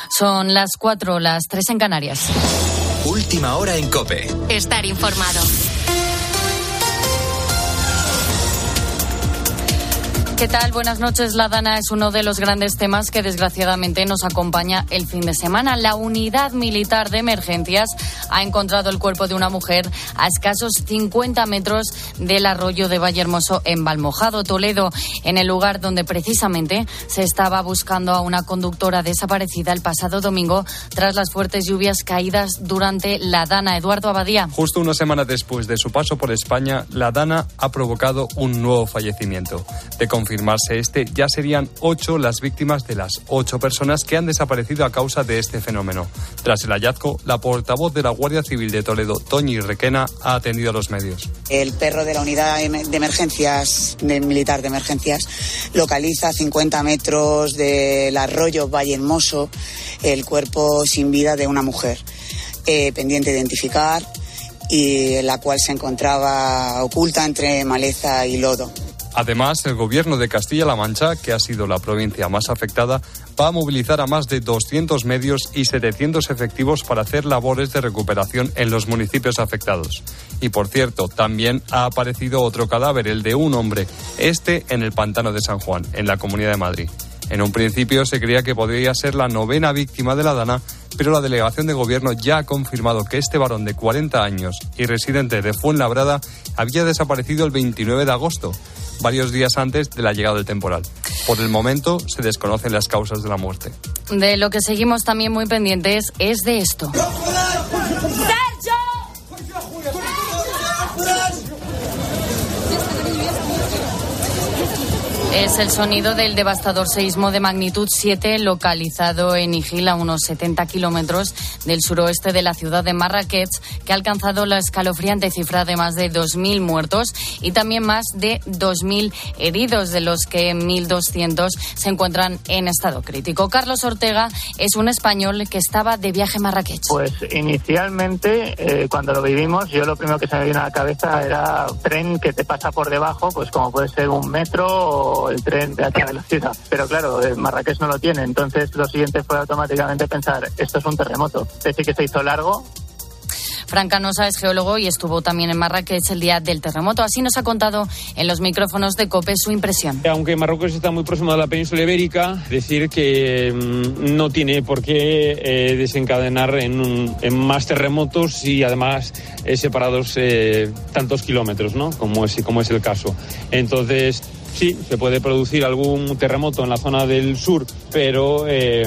Son las 4, las 3 en Canarias. Última hora en COPE. Estar informado. ¿Qué tal? Buenas noches. La Dana es uno de los grandes temas que desgraciadamente nos acompaña el fin de semana. La unidad militar de emergencias ha encontrado el cuerpo de una mujer a escasos 50 metros del arroyo de Vallehermoso en Valmojado, Toledo, en el lugar donde precisamente se estaba buscando a una conductora desaparecida el pasado domingo tras las fuertes lluvias caídas durante la Dana. Eduardo Abadía. Justo una semana después de su paso por España, la Dana ha provocado un nuevo fallecimiento. De confirmarse ya serían 8 las víctimas de las 8 personas que han desaparecido a causa de este fenómeno. Tras el hallazgo, la portavoz de la Guardia Civil de Toledo, Toñi Requena, ha atendido a los medios. El perro de la unidad de emergencias, militar de emergencias, localiza a 50 metros del arroyo Vallehermoso el cuerpo sin vida de una mujer, pendiente de identificar, y la cual se encontraba oculta entre maleza y lodo. Además, el gobierno de Castilla-La Mancha, que ha sido la provincia más afectada, va a movilizar a más de 200 medios y 700 efectivos para hacer labores de recuperación en los municipios afectados. Y por cierto, también ha aparecido otro cadáver, el de un hombre, en el pantano de San Juan, en la Comunidad de Madrid. En un principio se creía que podría ser la 9ª víctima de la Dana, pero la delegación de gobierno ya ha confirmado que este varón de 40 años y residente de Fuenlabrada había desaparecido el 29 de agosto, varios días antes de la llegada del temporal. Por el momento se desconocen las causas de la muerte. De lo que seguimos también muy pendientes es de esto. Es el sonido del devastador seísmo de magnitud 7 localizado en Ijil, a unos 70 kilómetros del suroeste de la ciudad de Marrakech, que ha alcanzado la escalofriante cifra de más de 2.000 muertos y también más de 2.000 heridos, de los que 1.200 se encuentran en estado crítico. Carlos Ortega es un español que estaba de viaje en Marrakech. Pues inicialmente, cuando lo vivimos, yo lo primero que se me vino a la cabeza era tren que te pasa por debajo, pues como puede ser un metro o el tren de alta velocidad. Pero claro, Marrakech no lo tiene, entonces lo siguiente fue automáticamente pensar, esto es un terremoto. Decir que se hizo largo. Fran Canosa es geólogo y estuvo también en Marrakech el día del terremoto. Así nos ha contado en los micrófonos de COPE su impresión. Aunque Marruecos está muy próximo a la península ibérica, decir que no tiene por qué desencadenar en más terremotos y además separados tantos kilómetros, ¿no? Como es el caso. Entonces, sí, se puede producir algún terremoto en la zona del sur, pero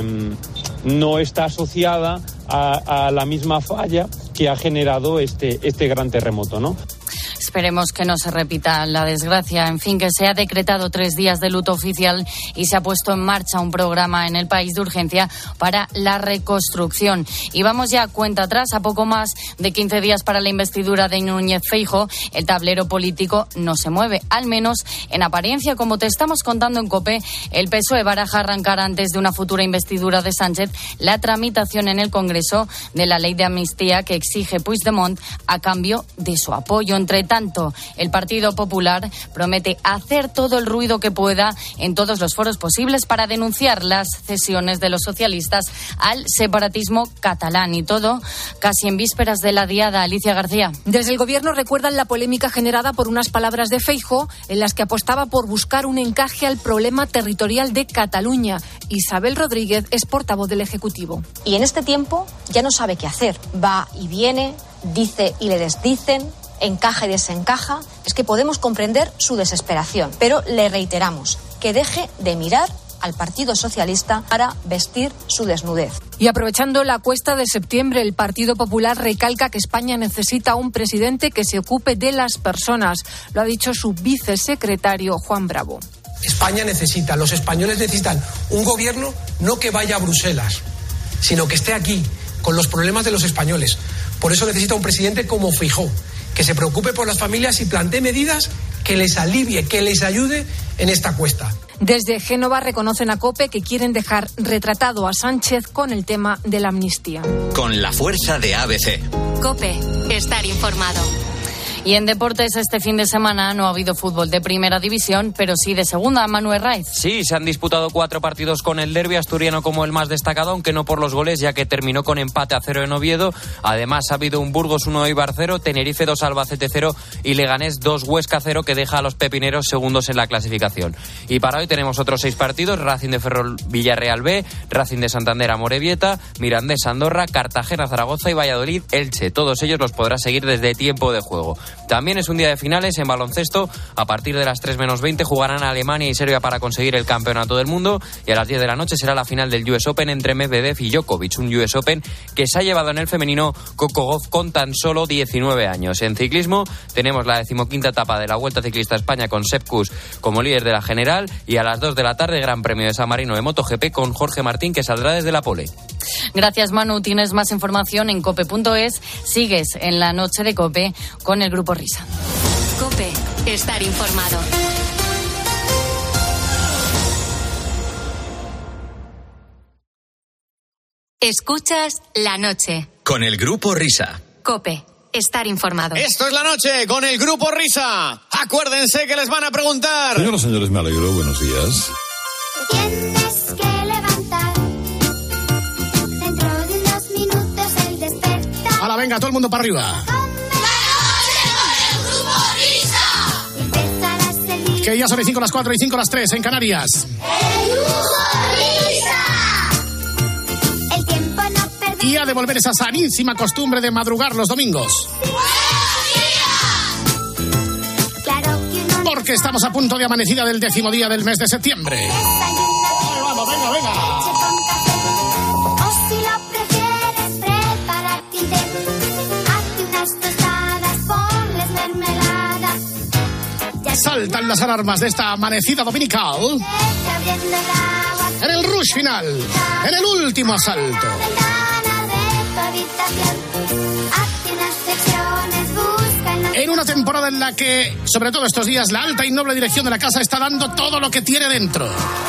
no está asociada a la misma falla que ha generado este gran terremoto, ¿no? Esperemos que no se repita la desgracia. En fin, que se ha decretado 3 días de luto oficial y se ha puesto en marcha un programa en el país de urgencia para la reconstrucción. Y vamos ya cuenta atrás, a poco más de 15 días para la investidura de Núñez Feijóo. El tablero político no se mueve, al menos en apariencia. Como te estamos contando en COPE, el PSOE baraja arrancar antes de una futura investidura de Sánchez la tramitación en el Congreso de la ley de amnistía que exige Puigdemont a cambio de su apoyo. Entre tanto, el Partido Popular promete hacer todo el ruido que pueda en todos los foros posibles para denunciar las cesiones de los socialistas al separatismo catalán, y todo casi en vísperas de la diada. Alicia García. Desde el Gobierno recuerdan la polémica generada por unas palabras de Feijóo en las que apostaba por buscar un encaje al problema territorial de Cataluña. Isabel Rodríguez es portavoz del Ejecutivo. Y en este tiempo ya no sabe qué hacer. Va y viene, dice y le desdicen, encaja y desencaja. Es que podemos comprender su desesperación, pero le reiteramos que deje de mirar al Partido Socialista para vestir su desnudez. Y aprovechando la cuesta de septiembre, el Partido Popular recalca que España necesita un presidente que se ocupe de las personas. Lo ha dicho su vicesecretario Juan Bravo. España necesita, los españoles necesitan un gobierno no que vaya a Bruselas, sino que esté aquí, con los problemas de los españoles. Por eso necesita un presidente como Feijóo, que se preocupe por las familias y plantee medidas que les alivie, que les ayude en esta cuesta. Desde Génova reconocen a COPE que quieren dejar retratado a Sánchez con el tema de la amnistía. Con la fuerza de ABC. COPE, estar informado. Y en deportes este fin de semana no ha habido fútbol de primera división, pero sí de segunda. Manuel Raiz. Sí, se han disputado 4 partidos con el derbi asturiano como el más destacado, aunque no por los goles, ya que terminó con empate a 0 en Oviedo. Además ha habido un Burgos 1 Eibar 0, Tenerife 2 Albacete 0 y Leganés 2 Huesca 0, que deja a los pepineros segundos en la clasificación. Y para hoy tenemos otros 6 partidos: Racing de Ferrol Villarreal B, Racing de Santander Amorebieta, Mirandés Andorra, Cartagena Zaragoza y Valladolid Elche. Todos ellos los podrás seguir desde tiempo de juego. También es un día de finales en baloncesto. A partir de las 3:20 jugarán Alemania y Serbia para conseguir el campeonato del mundo, y a las 10 de la noche será la final del US Open entre Medvedev y Djokovic, un US Open que se ha llevado en el femenino Coco Gauff con tan solo 19 años. En ciclismo tenemos la 15ª etapa de la Vuelta Ciclista a España con Sepp Kuss como líder de la general, y a las 2 de la tarde Gran Premio de San Marino de MotoGP con Jorge Martín, que saldrá desde la pole. Gracias, Manu. Tienes más información en cope.es. Sigues en la noche de COPE con el Grupo Risa. COPE. Estar informado. Escuchas La Noche. Con el Grupo Risa. COPE. Estar informado. Esto es La Noche con el Grupo Risa. Acuérdense que les van a preguntar. Señoras y señores, me alegro. Buenos días. Tienes que levantar. Dentro de unos minutos el despertar. Ahora venga, todo el mundo para arriba. Que ya son las 5, las 4 y 5, las 3 en Canarias. El tiempo no perder. Y a devolver esa sanísima costumbre de madrugar los domingos. Claro que uno. Porque estamos a punto de amanecida del 10º día del mes de septiembre. Vamos, venga, venga. O si lo prefieres, prepárate un té. Hazte unas tostadas, ponles mermelada. Saltan las alarmas de esta amanecida dominical. En el rush final, en el último asalto. En una temporada en la que, sobre todo estos días, la alta y noble dirección de la casa está dando todo lo que tiene dentro.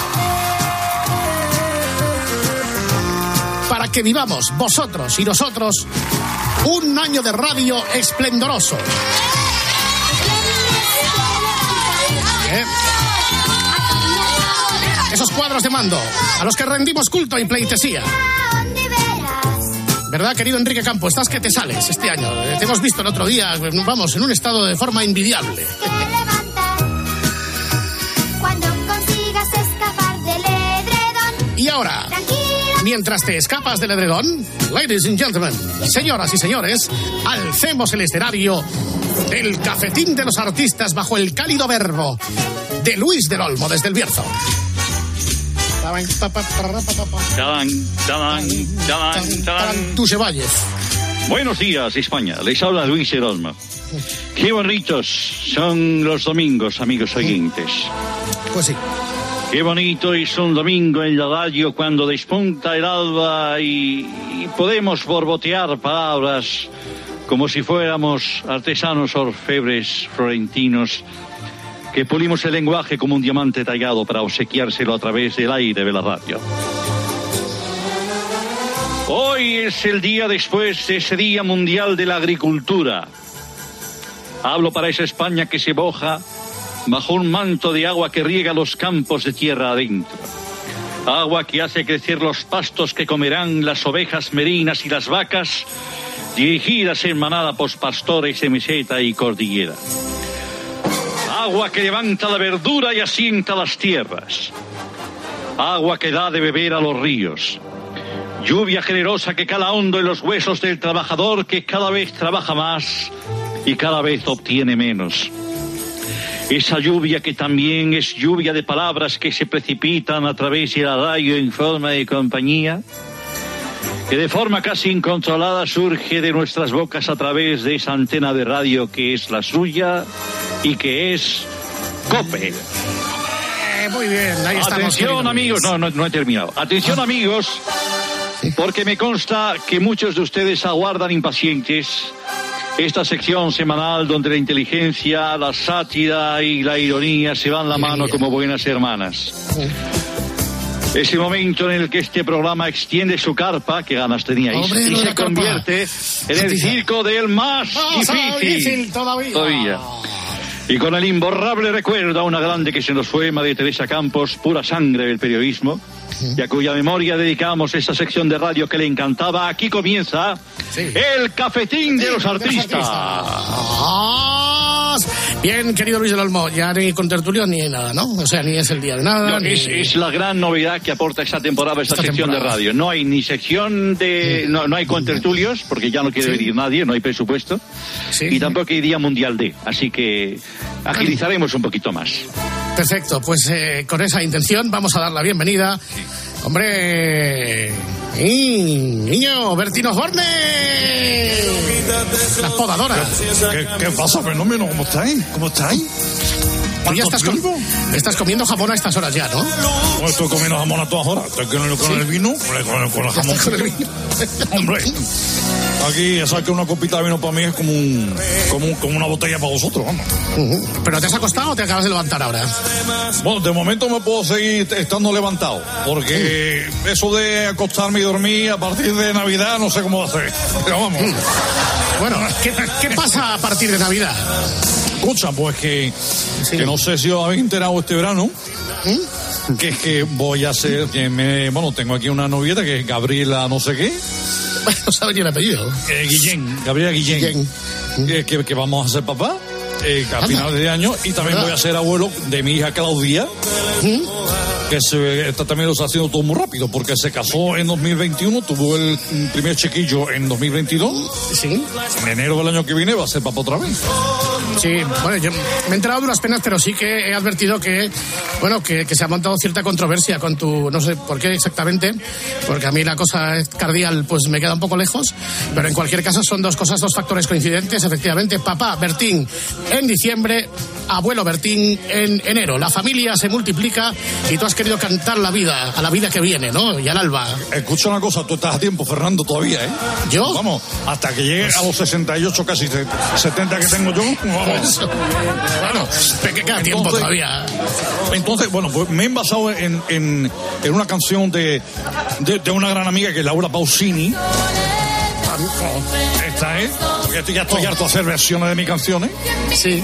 Para que vivamos, vosotros y nosotros, un año de radio esplendoroso. Esos cuadros de mando a los que rendimos culto y pleitesía. ¿Verdad, querido Enrique Campo? Estás que te sales este año. Te hemos visto el otro día, vamos, en un estado de forma envidiable. Y ahora, mientras te escapas del edredón, ladies and gentlemen, señoras y señores, alcemos el escenario del cafetín de los artistas bajo el cálido verbo de Luis del Olmo desde el Bierzo. Tuchevallez. Buenos días, España. Les habla Luis del Olmo. Qué bonitos son los domingos, amigos oyentes. Pues sí. Qué bonito es un domingo en la radio cuando despunta el alba y podemos borbotear palabras como si fuéramos artesanos orfebres florentinos que pulimos el lenguaje como un diamante tallado para obsequiárselo a través del aire de la radio. Hoy es el día después de ese Día Mundial de la Agricultura. Hablo para esa España que se moja bajo un manto de agua que riega los campos de tierra adentro. Agua que hace crecer los pastos que comerán las ovejas merinas y las vacas, dirigidas en manada por pastores de meseta y cordillera. Agua que levanta la verdura y asienta las tierras. Agua que da de beber a los ríos. Lluvia generosa que cala hondo en los huesos del trabajador que cada vez trabaja más y cada vez obtiene menos. Esa lluvia que también es lluvia de palabras que se precipitan a través de la radio en forma de compañía, que de forma casi incontrolada surge de nuestras bocas a través de esa antena de radio que es la suya y que es COPE. Muy bien, ahí estamos. Atención, amigos, no he terminado. Atención, amigos, porque me consta que muchos de ustedes aguardan impacientes esta sección semanal donde la inteligencia, la sátira y la ironía se van la mano como buenas hermanas. Ese momento en el que este programa extiende su carpa, que ganas teníais, Hombre, y no se la carpa. convierte en el circo del más difícil todavía. Y con el imborrable recuerdo a una grande que se nos fue, María Teresa Campos, pura sangre del periodismo, y a cuya memoria dedicamos esta sección de radio que le encantaba, aquí comienza el Cafetín de los Artistas. Bien, querido Luis del Olmo, ya ni con tertulio ni nada, ¿no? O sea, ni es el día de nada. No, ni... es la gran novedad que aporta esta temporada, esta sección temporada. de radio. No hay ni sección de... No hay contertulios, porque ya no quiere venir nadie, no hay presupuesto. Y tampoco hay Día Mundial de. Así que agilizaremos un poquito más. Perfecto, pues con esa intención vamos a dar la bienvenida. Hombre... niño, Bertino Horne. Las podadoras. ¿Qué pasa, fenómeno? ¿Cómo estáis? Tú ya estás comiendo jamón a estas horas ya, ¿no? No, estoy comiendo jamón a todas horas. Estoy con el vino, con el jamón. Hombre, aquí ya sabes que una copita de vino para mí es como una botella para vosotros, vamos. ¿Pero te has acostado o te acabas de levantar ahora? Bueno, de momento me puedo seguir estando levantado, porque eso de acostarme y dormir a partir de Navidad no sé cómo va a ser. Pero vamos. Bueno, ¿qué pasa a partir de Navidad? Escucha, pues que no sé si os habéis enterado este verano, que es que voy a hacer, tengo aquí una novieta que es Gabriela no sé qué. No sabe ni el apellido. Gabriela Guillén. Que vamos a ser papá a finales de año, y también voy a ser abuelo de mi hija Claudia, que está también lo está haciendo todo muy rápido, porque se casó en 2021, tuvo el primer chiquillo en 2022. Sí. En enero del año que viene va a ser papá otra vez. Sí, bueno, yo me he enterado de unas penas, pero sí que he advertido que se ha montado cierta controversia con tu, no sé por qué exactamente, porque a mí la cosa cardial pues me queda un poco lejos, pero en cualquier caso son dos factores coincidentes, efectivamente. Papá Bertín en diciembre, abuelo Bertín en enero. La familia se multiplica y tú has querido cantar la vida, a la vida que viene, ¿no? Y al alba. Escucha una cosa, tú estás a tiempo, Fernando, todavía, ¿eh? ¿Yo? Vamos, hasta que llegue a los 68, casi 70 que tengo yo, vamos. Bueno, que queda tiempo todavía. Entonces, bueno, pues me he basado en una canción de una gran amiga que es Laura Pausini. Esta es, porque ya estoy harto de hacer versiones de mis canciones. Sí.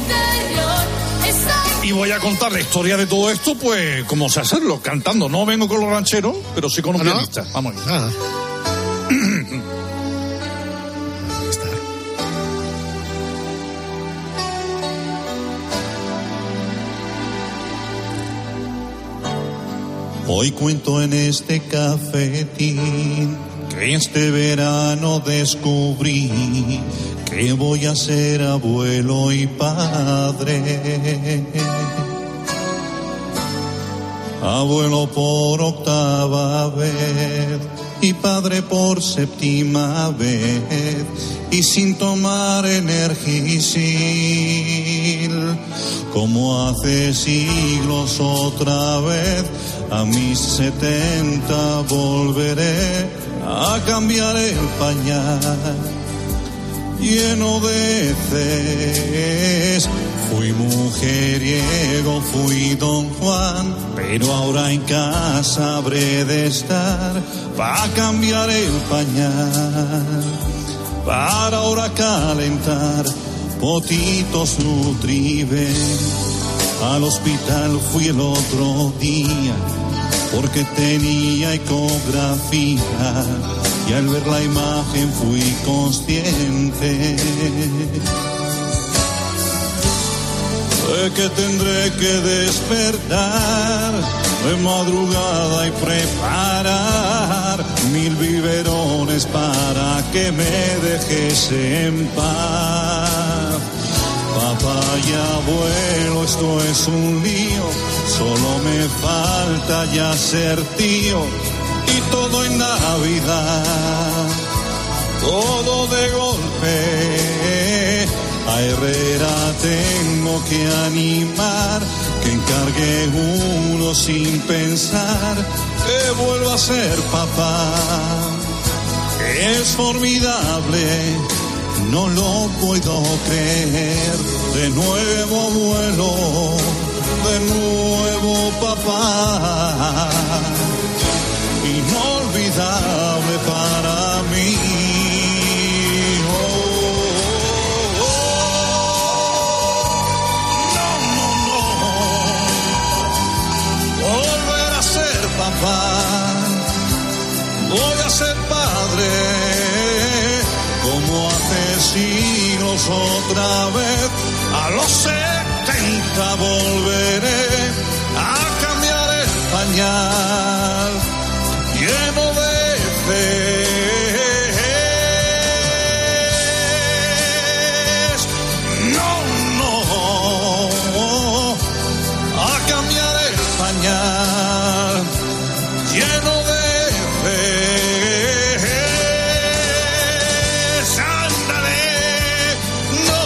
Y voy a contar la historia de todo esto, pues, cómo sé hacerlo, cantando. No vengo con los rancheros, pero sí con un pianista. Vamos. Hoy cuento en este cafetín que este verano descubrí que voy a ser abuelo y padre. Abuelo por octava vez y padre por séptima vez, y sin tomar Energisil, como hace siglos otra vez. A mis 70 volveré a cambiar el pañal lleno de heces. Fui mujeriego, fui don Juan, pero ahora en casa habré de estar para cambiar el pañal, para ahora calentar potitos Nutriben. Al hospital fui el otro día porque tenía ecografía, y al ver la imagen fui consciente de que tendré que despertar de madrugada y preparar 1000 biberones para que me dejes en paz. Papá y abuelo, esto es un lío, solo me falta ya ser tío, y todo en Navidad, todo de golpe. A Herrera tengo que animar, que encargue uno sin pensar, que vuelva a ser papá. Es formidable, no lo puedo creer. De nuevo abuelo, de nuevo papá. inolvidable para mí. Volver a ser papá, voy a ser padre, como hace siglos otra vez. A los 70 volveré a cambiar el pañal lleno de heces. No, a cambiar el pañal lleno de heces. Ándale, no,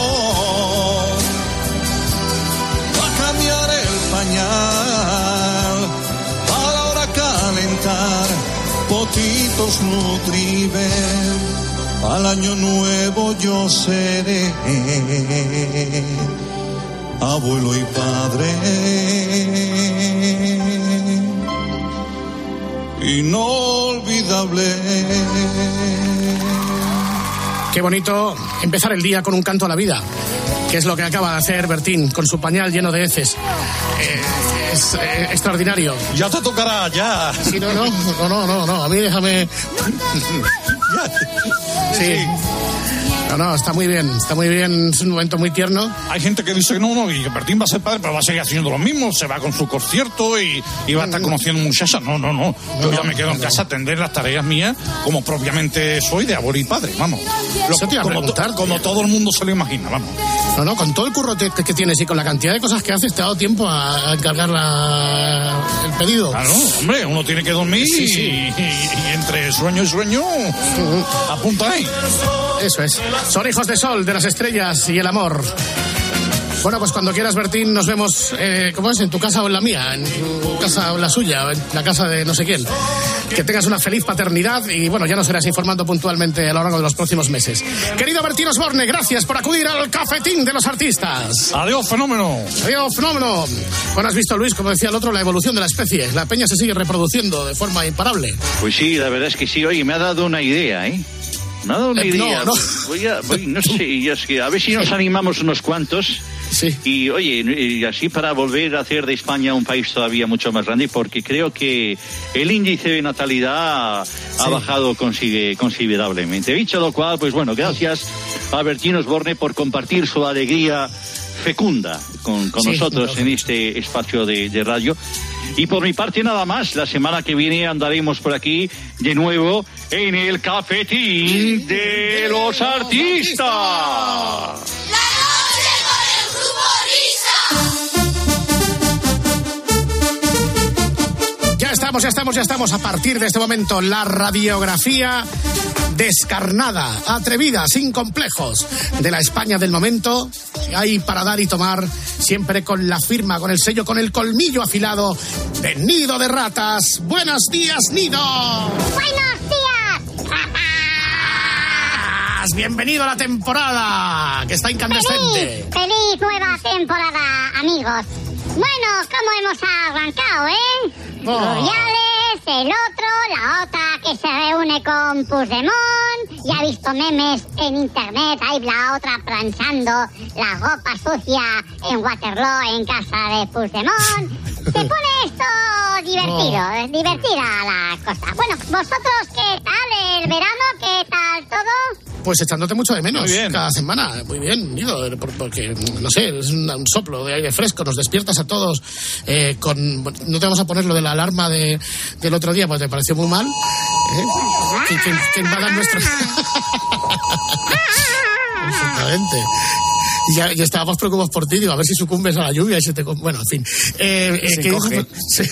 a cambiar el pañal para ahora calentar potitos Nutriben. Al año nuevo yo seré abuelo y padre. Inolvidable. Qué bonito empezar el día con un canto a la vida, que es lo que acaba de hacer Bertín con su pañal lleno de heces. Es extraordinario. Ya te tocará, ya. Sí, no, a mí déjame. Sí. No, está muy bien, es un momento muy tierno. Hay gente que dice que no, y que Bertín va a ser padre, pero va a seguir haciendo lo mismo, se va con su concierto y va a estar conociendo muchachas. No. Yo ya me quedo en casa a atender las tareas mías como propiamente soy de abuelo y padre, vamos. Eso te iba a preguntar, como todo el mundo se lo imagina, vamos. No, con todo el curro que tienes y con la cantidad de cosas que haces, te ha dado tiempo a encargar el pedido. Claro, hombre, uno tiene que dormir sí. Y entre sueño y sueño, apunta ahí. Eso es. Son hijos de sol, de las estrellas y el amor. Bueno, pues cuando quieras, Bertín, nos vemos, ¿cómo es? ¿En tu casa o en la mía? ¿En tu casa o en la suya? ¿O en la casa de no sé quién? Que tengas una feliz paternidad y, bueno, ya nos irás informando puntualmente a lo largo de los próximos meses. Querido Bertín Osborne, gracias por acudir al Cafetín de los Artistas. Adiós, fenómeno. Adiós, fenómeno. Bueno, has visto, Luis, como decía el otro, la evolución de la especie. La peña se sigue reproduciendo de forma imparable. Pues sí, la verdad es que sí. Oye, me ha dado una idea, ¿eh? Me ha dado una idea. No. No sé, es que a ver si nos animamos unos cuantos. Sí. Y oye, y así para volver a hacer de España un país todavía mucho más grande, porque creo que el índice de natalidad ha bajado considerablemente. Dicho lo cual, pues bueno, gracias a Bertín Osborne por compartir su alegría fecunda con nosotros en este espacio de radio. Y por mi parte nada más, la semana que viene andaremos por aquí de nuevo en el Cafetín de los Artistas. Ya estamos. A partir de este momento, la radiografía descarnada, atrevida, sin complejos, de la España del momento. Hay para dar y tomar, siempre con la firma, con el sello, con el colmillo afilado de Nido de Ratas. ¡Buenos días, Nido! ¡Buenos días! Bienvenido a la temporada, que está incandescente. ¡Feliz nueva temporada, amigos! Bueno, ¿cómo hemos arrancado, Rubiales, el otro, la otra que se reúne con Puigdemont, ya he visto memes en internet, ahí la otra planchando la ropa sucia en Waterloo en casa de Puigdemont. Se pone esto divertido, divertida la cosa. Bueno, ¿vosotros qué tal el verano? ¿Qué tal todo? Pues echándote mucho de menos cada semana. Muy bien, Nido, porque, no sé, es un soplo de aire fresco, nos despiertas a todos no te vamos a poner lo de la alarma del otro día, pues te pareció muy mal. Que invadan nuestro... Exactamente. Ya estábamos preocupados por ti, digo, a ver si sucumbes a la lluvia y se te... Bueno, en fin. Sí.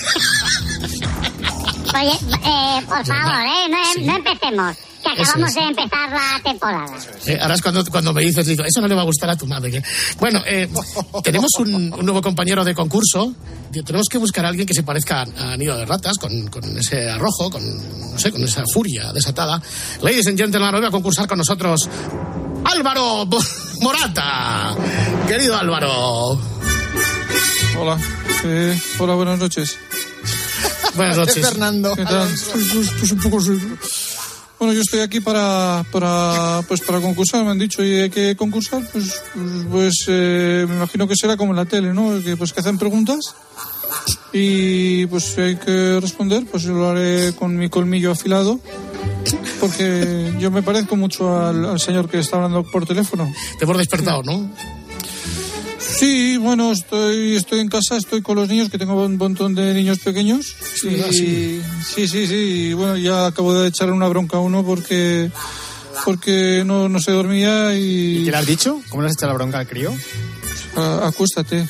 Oye, por favor, no empecemos. Que acabamos de empezar la temporada. Ahora es cuando me dices, digo, eso no le va a gustar a tu madre. Bueno, tenemos un nuevo compañero de concurso. Tenemos que buscar a alguien que se parezca a Nido de Ratas, con ese arrojo, con esa furia desatada. Ladies and gentlemen, hoy va a concursar con nosotros Álvaro Morata. Querido Álvaro. Hola. Hola, buenas noches. Buenas noches. Fernando. ¿Qué tal? Pues un poco serio. Bueno, yo estoy aquí para concursar, me han dicho, y hay que concursar, me imagino que será como en la tele, ¿no? Que hacen preguntas y pues hay que responder, pues yo lo haré con mi colmillo afilado, porque yo me parezco mucho al señor que está hablando por teléfono. Te hemos despertado, ¿no? Sí, bueno, estoy en casa, estoy con los niños, que tengo un montón de niños pequeños. Sí. Y bueno, ya acabo de echarle una bronca a uno porque no se dormía y... ¿Y qué le has dicho? ¿Cómo le has echado la bronca al crío? Acuéstate.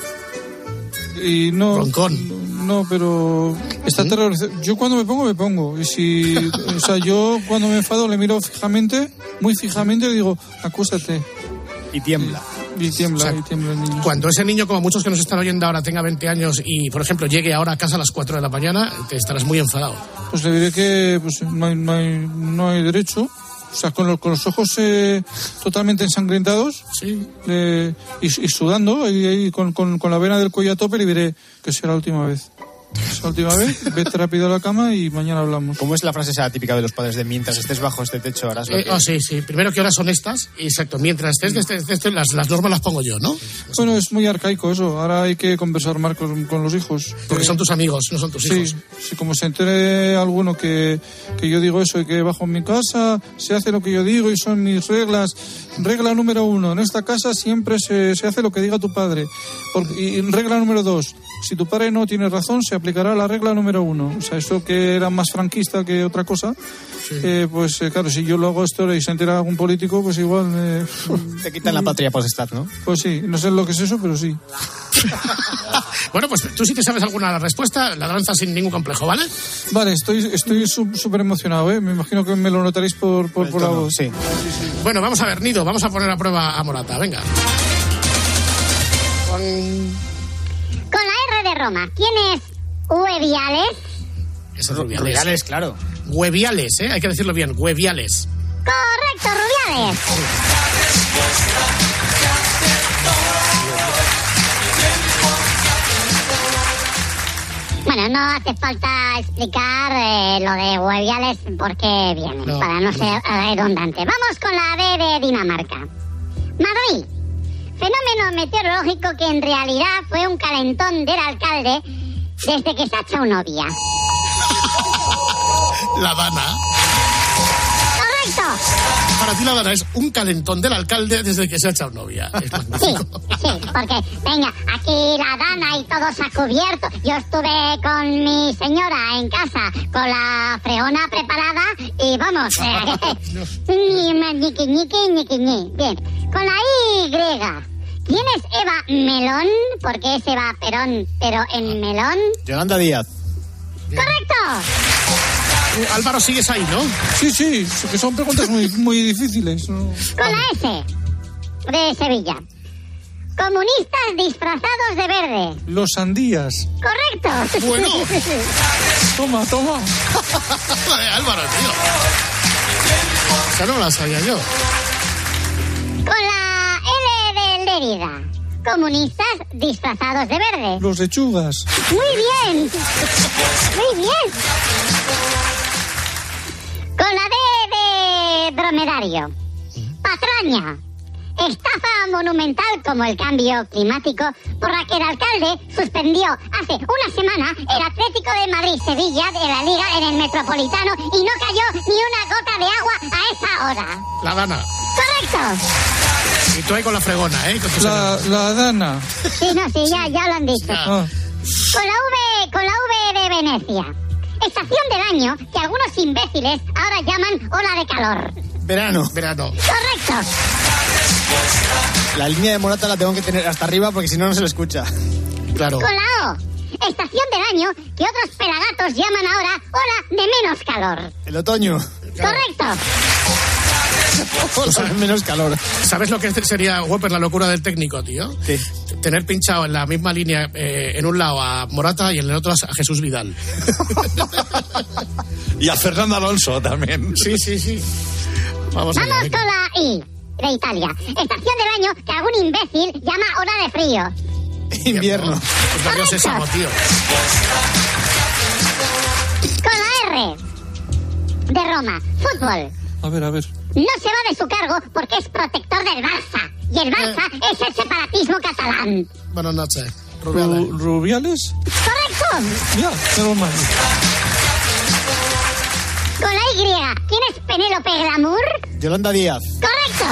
Y no... Broncón. No, pero está terrorizado. Yo cuando me pongo. Y yo cuando me enfado le miro fijamente, muy fijamente, y le digo, acuéstate. Y tiembla. Y tiembla el niño. Cuando ese niño, como muchos que nos están oyendo ahora, tenga 20 años y, por ejemplo, llegue ahora a casa a las 4 de la mañana, te estarás muy enfadado. Pues le diré que no hay derecho. O sea, con los ojos totalmente ensangrentados, sí, y sudando, ahí con la vena del cuello a tope, le diré que sea la última vez. La última vez, vete rápido a la cama y mañana hablamos. ¿Cómo es la frase esa típica de los padres de mientras estés bajo este techo harás lo que... Sí. Primero, ¿qué horas son estas? Exacto, mientras estés las normas las pongo yo, ¿no? Bueno, es muy arcaico eso. Ahora hay que conversar más con los hijos. Porque son tus amigos, no son tus hijos. Sí, como se entere alguno que yo digo eso y que bajo en mi casa se hace lo que yo digo y son mis reglas. Regla número 1, en esta casa siempre se hace lo que diga tu padre. Y regla número 2, si tu padre no tiene razón, se aplicará la regla número 1. O sea, esto que era más franquista que otra cosa, claro, si yo lo hago esto y se entera algún político, pues igual... Te quitan la patria potestad, ¿no? Pues sí, no sé lo que es eso, pero sí. Bueno, pues tú sí te sabes alguna respuesta, la lanzas sin ningún complejo, ¿vale? Vale, estoy súper emocionado, ¿eh? Me imagino que me lo notaréis por la voz. Sí. Bueno, vamos a ver, Nido, vamos a poner a prueba a Morata, venga. Con la R de Roma, ¿quién es Hueviales? Eso es Rubiales, claro. Hueviales, hay que decirlo bien, Hueviales. Correcto, Rubiales. Bueno, no hace falta explicar lo de Hueviales por qué viene, para no ser redundante. Vamos con la B de Dinamarca. Madrid. Fenómeno meteorológico que en realidad fue un calentón del alcalde desde que se ha echado novia. La Dana. Correcto. Para ti la Dana es un calentón del alcalde desde que se ha echado novia. Es magnífico. Sí, porque, venga, aquí la Dana y todo se ha cubierto. Yo estuve con mi señora en casa con la fregona preparada y vamos. Bien, con la Y. ¿Quién es Eva Melón? Porque es Eva Perón, pero en Melón. Yolanda Díaz. ¡Correcto! Álvaro, sigues ahí, ¿no? Sí, que son preguntas muy difíciles, ¿no? Con la S de Sevilla. Comunistas disfrazados de verde. Los sandías. Correcto. Bueno. Toma. La de Álvaro, tío. Esa no la sabía yo. Con la L de Lérida. Comunistas disfrazados de verde. Los lechugas. Muy bien. Con la D de dromedario. Patraña. Estafa monumental como el cambio climático por la que el alcalde suspendió hace una semana el Atlético de Madrid-Sevilla de la Liga en el Metropolitano y no cayó ni una gota de agua a esa hora. La Dana. Correcto. Y tú ahí con la fregona, La Dana. Sí, ya lo han dicho. Con la V de Venecia. Estación del año que algunos imbéciles ahora llaman ola de calor. Verano. Correcto. La línea de Morata la tengo que tener hasta arriba porque si no se le escucha. Claro. Con la O. Estación del año que otros pelagatos llaman ahora ola de menos calor. El otoño. Correcto. Ola de menos calor. ¿Sabes lo que sería, Whopper, la locura del técnico, tío? ¿Qué? Tener pinchado en la misma línea en un lado a Morata y en el otro a Jesús Vidal. Y a Fernando Alonso también. Sí. Vamos con la I de Italia. Estación del año que algún imbécil llama hora de frío. Invierno. Pues Sésamo, tío. de Roma. Fútbol. A ver. No se va de su cargo porque es protector del Barça. Y el Barça es el separatismo catalán. Buenas noches. ¿Rubiales? ¡Correcto! Ya, pero mal. Con la Y, ¿quién es Penélope Glamour? Yolanda Díaz. ¡Correcto!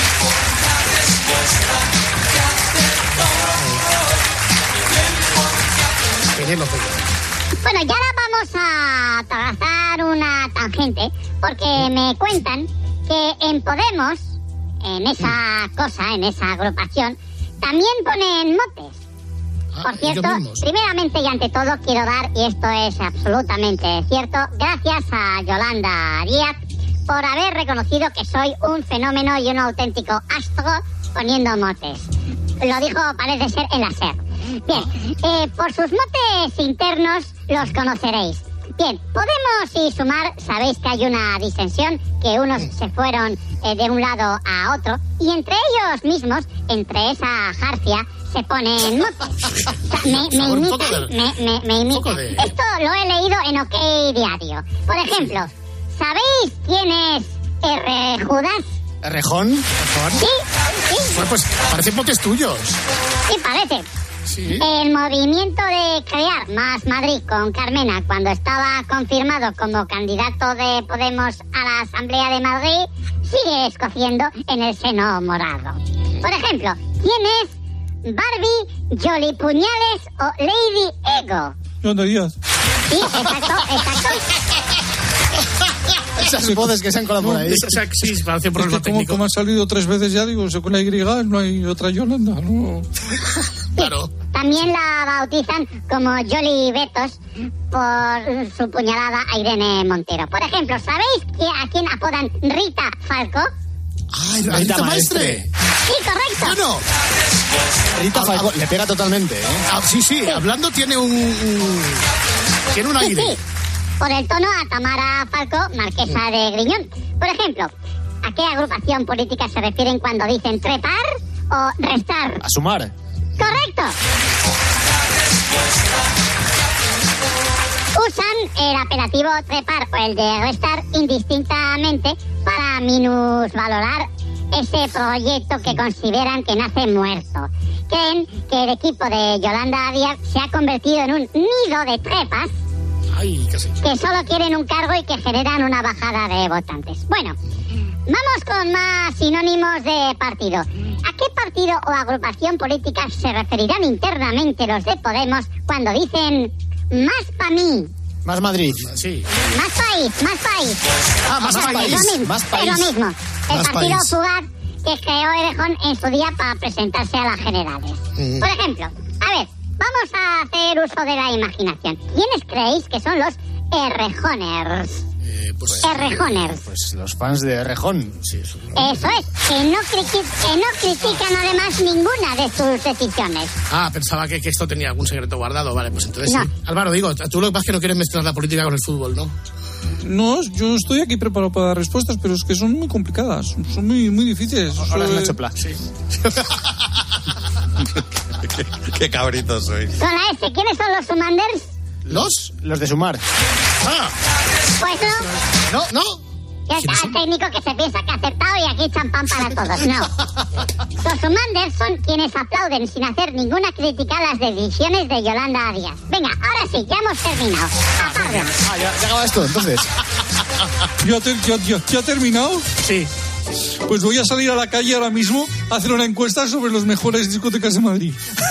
Penélope. Bueno, y ahora vamos a trazar una tangente, porque me cuentan que en Podemos, en esa cosa, en esa agrupación, también ponen motes. Por cierto, primeramente y ante todo quiero dar, y esto es absolutamente cierto, gracias a Yolanda Díaz por haber reconocido que soy un fenómeno y un auténtico astro poniendo motes. Lo dijo, parece ser, en la SER. Bien, por sus motes internos los conoceréis. Bien, Podemos y Sumar, sabéis que hay una disensión, que unos se fueron de un lado a otro, y entre ellos mismos, entre esa jarcia, se ponen motes. O sea, me imitan. Esto lo he leído en OK Diario. Por ejemplo, ¿sabéis quién es R. Judas? ¿Rejón? Sí. Bueno, pues parecen motes tuyos. Sí, parece. Sí. El movimiento de crear Más Madrid con Carmena, cuando estaba confirmado como candidato de Podemos a la Asamblea de Madrid, sigue escociendo en el seno morado. Por ejemplo, ¿quién es Barbie, Jolly Puñales o Lady Ego? Yolanda Díaz. Sí, exacto. Esas voces que se han colado por ahí. Sí, parece un problema técnico. Como han salido 3 veces ya, digo, con la Y no hay otra Yolanda, ¿no? Claro. También la bautizan como Jolly Betos por su puñalada a Irene Montero. Por ejemplo, ¿sabéis a quién apodan Rita Falcó? ¡Ay, Rita Maestre! Sí, correcto. Bueno. Rita Falcó le pega totalmente, ¿eh? Sí, hablando tiene un aire. Sí. Por el tono a Tamara Falcó, marquesa de Griñón. Por ejemplo, ¿a qué agrupación política se refieren cuando dicen trepar o restar? A Sumar. ¡Correcto! Usan el apelativo trepar o el de restar indistintamente para minusvalorar ese proyecto que consideran que nace muerto. Creen que el equipo de Yolanda Díaz se ha convertido en un nido de trepas. Ay, casi. Que solo quieren un cargo y que generan una bajada de votantes. Bueno, vamos con más sinónimos de partido. ¿A qué partido o agrupación política se referirán internamente los de Podemos cuando dicen más pa' mí? Más Madrid. Sí. Más país. Más país. Es lo mismo. El Más partido país. fugaz que creó Errejón en su día para presentarse a las generales. Por ejemplo, a ver, vamos a hacer uso de la imaginación. ¿Quiénes creéis que son los Errejoners? Errejoners. Pues los fans de Rejón. Sí, Eso es, que no critican además ninguna de sus decisiones. Pensaba que esto tenía algún secreto guardado. Vale, pues entonces No. sí. Álvaro, digo, tú lo que pasa es que no quieres mezclar la política con el fútbol, ¿no? No, yo estoy aquí preparado para dar respuestas, pero es que son muy complicadas, son muy, muy difíciles. Hola, Nacho Pla. Sí. Qué cabritos sois. Con la S, ¿quiénes son los Sumanders? Los de Sumar. Pues no. No. Ya está el técnico que se piensa que ha acertado y aquí champán para todos. No. Los Sumanders son quienes aplauden sin hacer ninguna crítica a las decisiones de Yolanda Díaz. Venga, ahora sí, ya hemos terminado. Apardo. Ya acaba esto, entonces. ¿Ya ha terminado? Sí. Pues voy a salir a la calle ahora mismo a hacer una encuesta sobre las mejores discotecas de Madrid.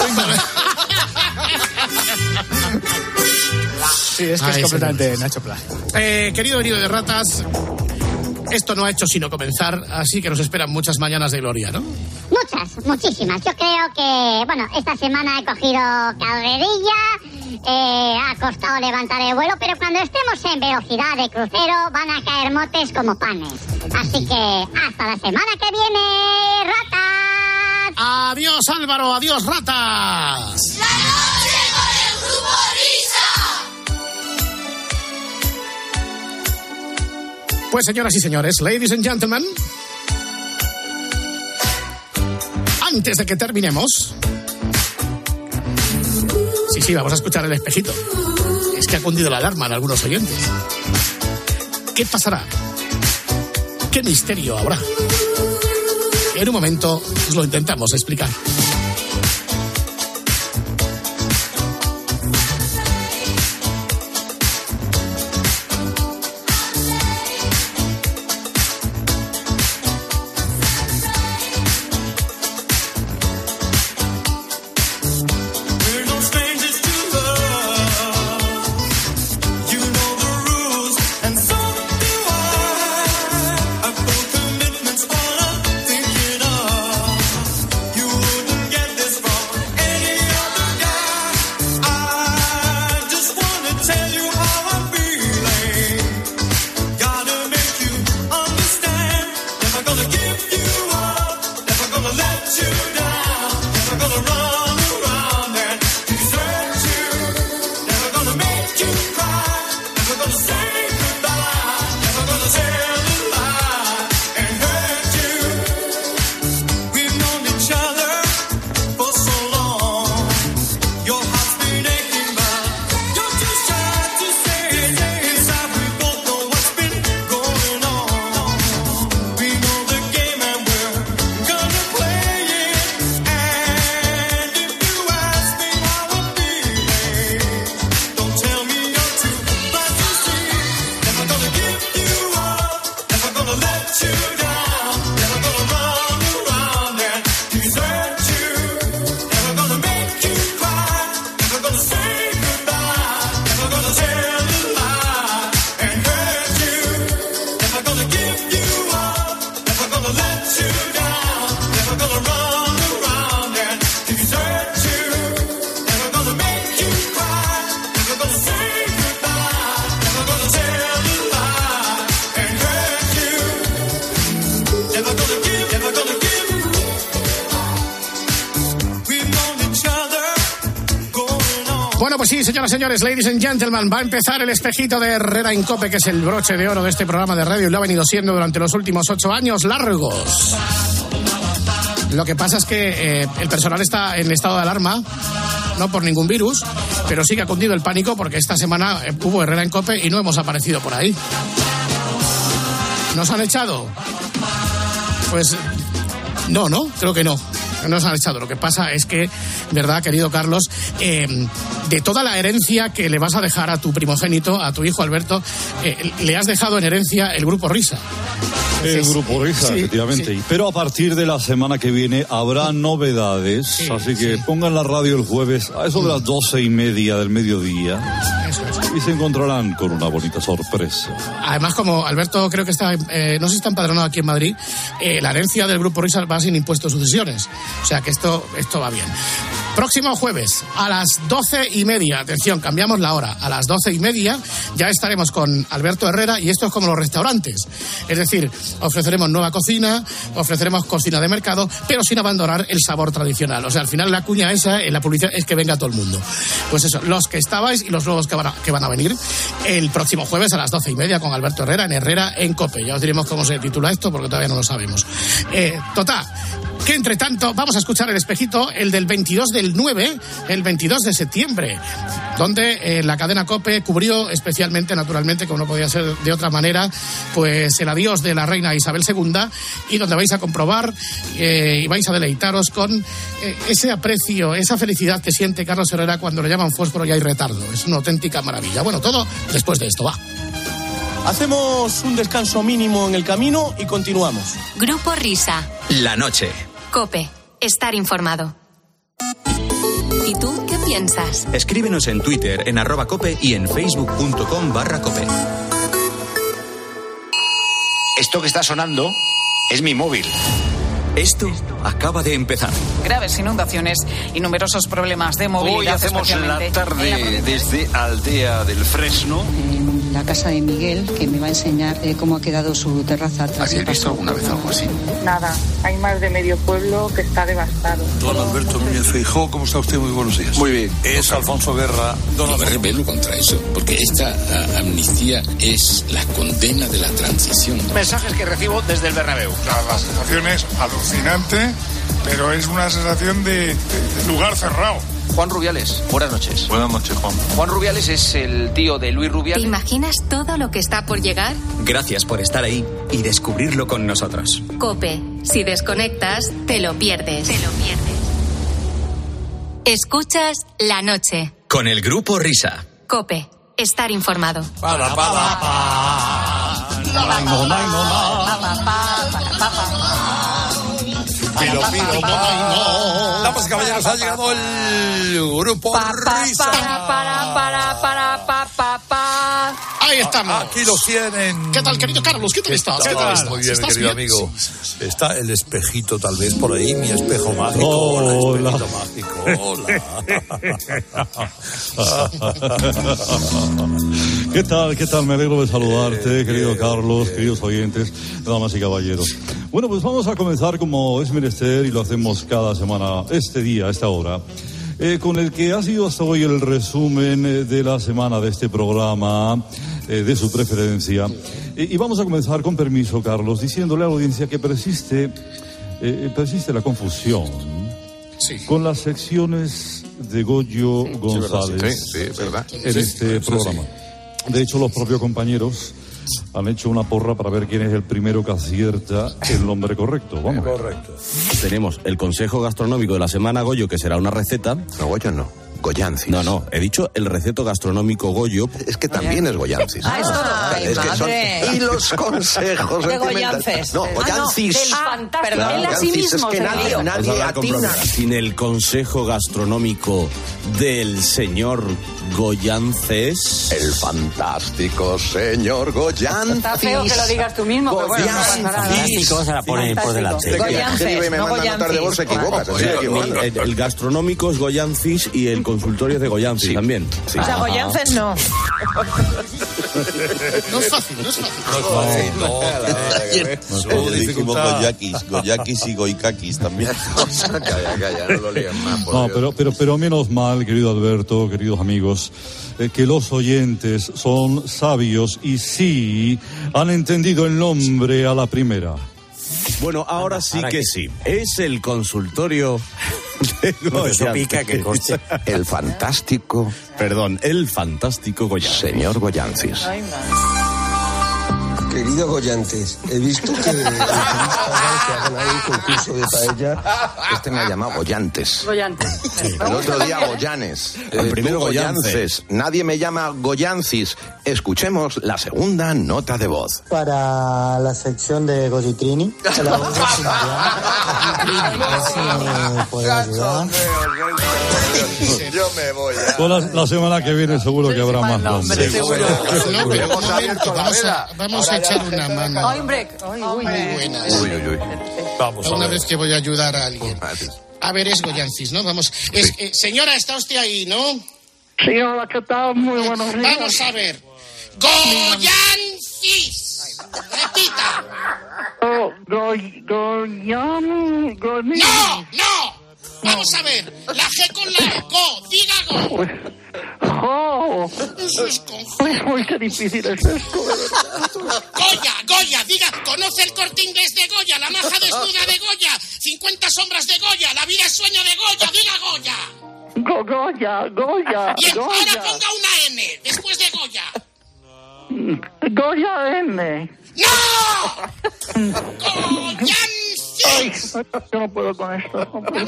Sí, es que es completamente Nacho Pla. Querido venido de ratas, esto no ha hecho sino comenzar, así que nos esperan muchas mañanas de gloria, ¿no? Muchísimas. Yo creo que, bueno, esta semana he cogido carrerilla, ha costado levantar el vuelo, pero cuando estemos en velocidad de crucero van a caer motes como panes. Así que hasta la semana que viene, ratas. Adiós, Álvaro, adiós, ratas. La noche con el grupo Risa. Pues señoras y señores, ladies and gentlemen, antes de que terminemos, sí, vamos a escuchar el espejito. Es que ha cundido la alarma en algunos oyentes. ¿Qué pasará? ¿Qué misterio habrá? En un momento os lo intentamos explicar. Bueno, pues sí, señoras y señores, ladies and gentlemen, va a empezar el espejito de Herrera en COPE, que es el broche de oro de este programa de radio y lo ha venido siendo durante los últimos 8 años largos. Lo que pasa es que el personal está en estado de alarma, no por ningún virus, pero sí que ha cundido el pánico porque esta semana hubo Herrera en COPE y no hemos aparecido por ahí. ¿Nos han echado? Pues no, creo que no. Nos han echado. Lo que pasa es que, verdad, querido Carlos, de toda la herencia que le vas a dejar a tu primogénito, a tu hijo Alberto, le has dejado en herencia el Grupo Risa. El Grupo Risa, sí, efectivamente. Sí. Pero a partir de la semana que viene habrá novedades, sí, así que pongan la radio el jueves a eso de las 12:30 del mediodía. Eso es. Y se encontrarán con una bonita sorpresa. Además, como Alberto creo que está, no sé si está empadronado aquí en Madrid, la herencia del Grupo Risa va sin impuesto de sucesiones. O sea que esto va bien. Próximo jueves a las 12:30, atención, cambiamos la hora, a las 12:30 ya estaremos con Alberto Herrera y esto es como los restaurantes, es decir, ofreceremos nueva cocina, ofreceremos cocina de mercado, pero sin abandonar el sabor tradicional. O sea, al final la cuña esa en la publicidad es que venga todo el mundo. Pues eso, los que estabais y los nuevos que van a venir el próximo jueves a las 12:30 con Alberto Herrera en Herrera en COPE. Ya os diremos cómo se titula esto porque todavía no lo sabemos. Total, que entre tanto vamos a escuchar el espejito, el del 22 del 9, el 22 de septiembre, donde la cadena COPE cubrió especialmente, naturalmente, como no podía ser de otra manera, pues el adiós de la reina Isabel II, y donde vais a comprobar y vais a deleitaros con ese aprecio, esa felicidad que siente Carlos Herrera cuando le llaman fósforo y hay retardo. Es una auténtica maravilla. Bueno, todo después de esto, va. Hacemos un descanso mínimo en el camino y continuamos. Grupo Risa. La noche. COPE. Estar informado. ¿Y tú qué piensas? Escríbenos en Twitter en @cope y en facebook.com/cope. Esto que está sonando es mi móvil. Esto acaba de empezar. Graves inundaciones y numerosos problemas de movilidad. Hoy hacemos la tarde desde Aldea del Fresno. En la casa de Miguel, que me va a enseñar cómo ha quedado su terraza. ¿Habéis visto alguna vez algo así? Nada, hay más de medio pueblo que está devastado. Don Alberto Núñez Feijóo, ¿cómo está usted? Muy buenos días. Muy bien. Es Alfonso Guerra. Yo me rebelo contra eso, porque esta amnistía es la condena de la transición. Mensajes que recibo desde el Bernabéu. La sensación es alucinante, pero es una sensación de lugar cerrado. Juan Rubiales, buenas noches. Buenas noches, Juan. Juan Rubiales es el tío de Luis ¿Te Rubiales. imaginas todo lo que está por llegar? Gracias por estar ahí y descubrirlo con nosotros. COPE. Si desconectas, te lo pierdes. Escuchas La Noche. Con el Grupo Risa. COPE. Estar informado. Damas y caballeros, ha llegado el Grupo Risa. Ahí estamos. Aquí los tienen. ¿Qué tal, querido Carlos? ¿Qué tal estás? ¿Qué tal? Muy bien, mi querido amigo. Está el espejito tal vez por ahí, mi espejo mágico. Hola, espejito mágico. ¿Qué tal? Me alegro de saludarte, querido Carlos, queridos oyentes, damas y caballeros. Bueno, pues vamos a comenzar como es menester y lo hacemos cada semana, este día, a esta hora, con el que ha sido hasta hoy el resumen de la semana de este programa, de su preferencia. Y vamos a comenzar, con permiso, Carlos, diciéndole a la audiencia que persiste la confusión con las secciones de Goyo González verdad. en este programa. De hecho, los propios compañeros han hecho una porra para ver quién es el primero que acierta el nombre correcto. Vamos. Correcto. Tenemos el consejo gastronómico de la semana, Goyo, que será una receta. No, Goyo no. Goyancis. No, he dicho el receto gastronómico Goyo. Es que también es Goyancis. Es que son... Y los consejos de Goyances. No, Goyancis. Pero él a sí mismo es que nadie atina. Sin el consejo gastronómico del señor Goyances. El fantástico señor Goyancis. Está feo que lo digas tú mismo, pero bueno, no pasa nada. Fantástico se la pone por delante. Goyances, me manda notar de voz, se equivocas. El gastronómico es Goyancis y el consultorio es de Goyancis también. Sí. O sea, Goyances no. No es fácil. No, dijimos Goyakis y Goikakis también. Calla, no lo lean más. No, pero menos mal, querido Alberto, queridos amigos, que los oyentes son sabios y sí han entendido el nombre a la primera. Bueno, ahora sí que sí. Es el consultorio de Goyancis. Eso pica que corte. El fantástico Goyancis. Señor Goyancis. Querido Goyantes, he visto que el que hagan ahí un concurso de paella. Este me ha llamado Goyantes. Sí. El otro día Goyanes. El primero Goyances. Nadie me llama Goyancis. Escuchemos la segunda nota de voz. Para la sección de Goyitrini. Yo me voy. La semana que viene seguro que habrá más nombres. Vamos a echar una mano. Ay, break. Muy buenas. Uy. Vamos una vez que voy a ayudar a alguien. A ver, es Goyancis, ¿no? Vamos. Señora, ¿está usted ahí, no? Sí, hola, ¿qué tal? Muy buenos días. Vamos a ver. Goyancis. Repita. No. Vamos a ver. La G con la E. Go. Diga go. Eso es con G. Uy, qué difícil es esto. Goya, diga, conoce el Corte Inglés de Goya, la maja desnuda de Goya, 50 sombras de Goya, la vida es sueño de Goya, diga Goya. Goya. Bien, ahora ponga una N después de Goya. Goya N. ¡No! ¡Goyancis! Yo no puedo con esto.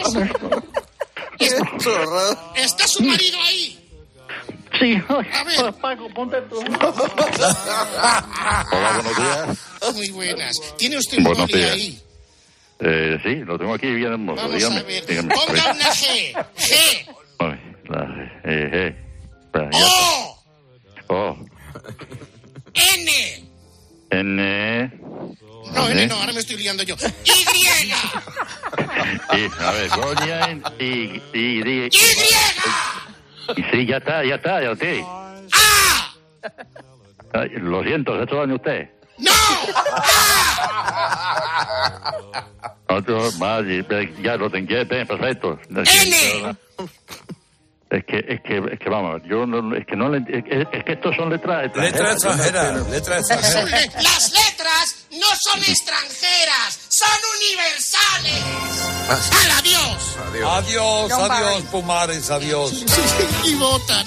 ¿Está su marido ahí? Sí. A ver. Paco, ponte tú. Hola, buenos días. Muy buenas. ¿Tiene usted un boli ahí? Sí, lo tengo aquí bien hermoso. Vamos dígame, a ver. dígame. Ponga una G. Ay, la G. O. N. No, N no, ahora me estoy liando yo. Y. Sí, a ver, Goya y. Sí, ya está, ya lo tiene. Ay, lo siento, ¿se ha hecho daño usted? ¡No! Otro más, ya lo tengo, perfecto. N. Es que vamos, yo no, es que estos son letras extranjeras. Las letras no son extranjeras, son universales. Adiós, adiós, Pumares, adiós. Y votan.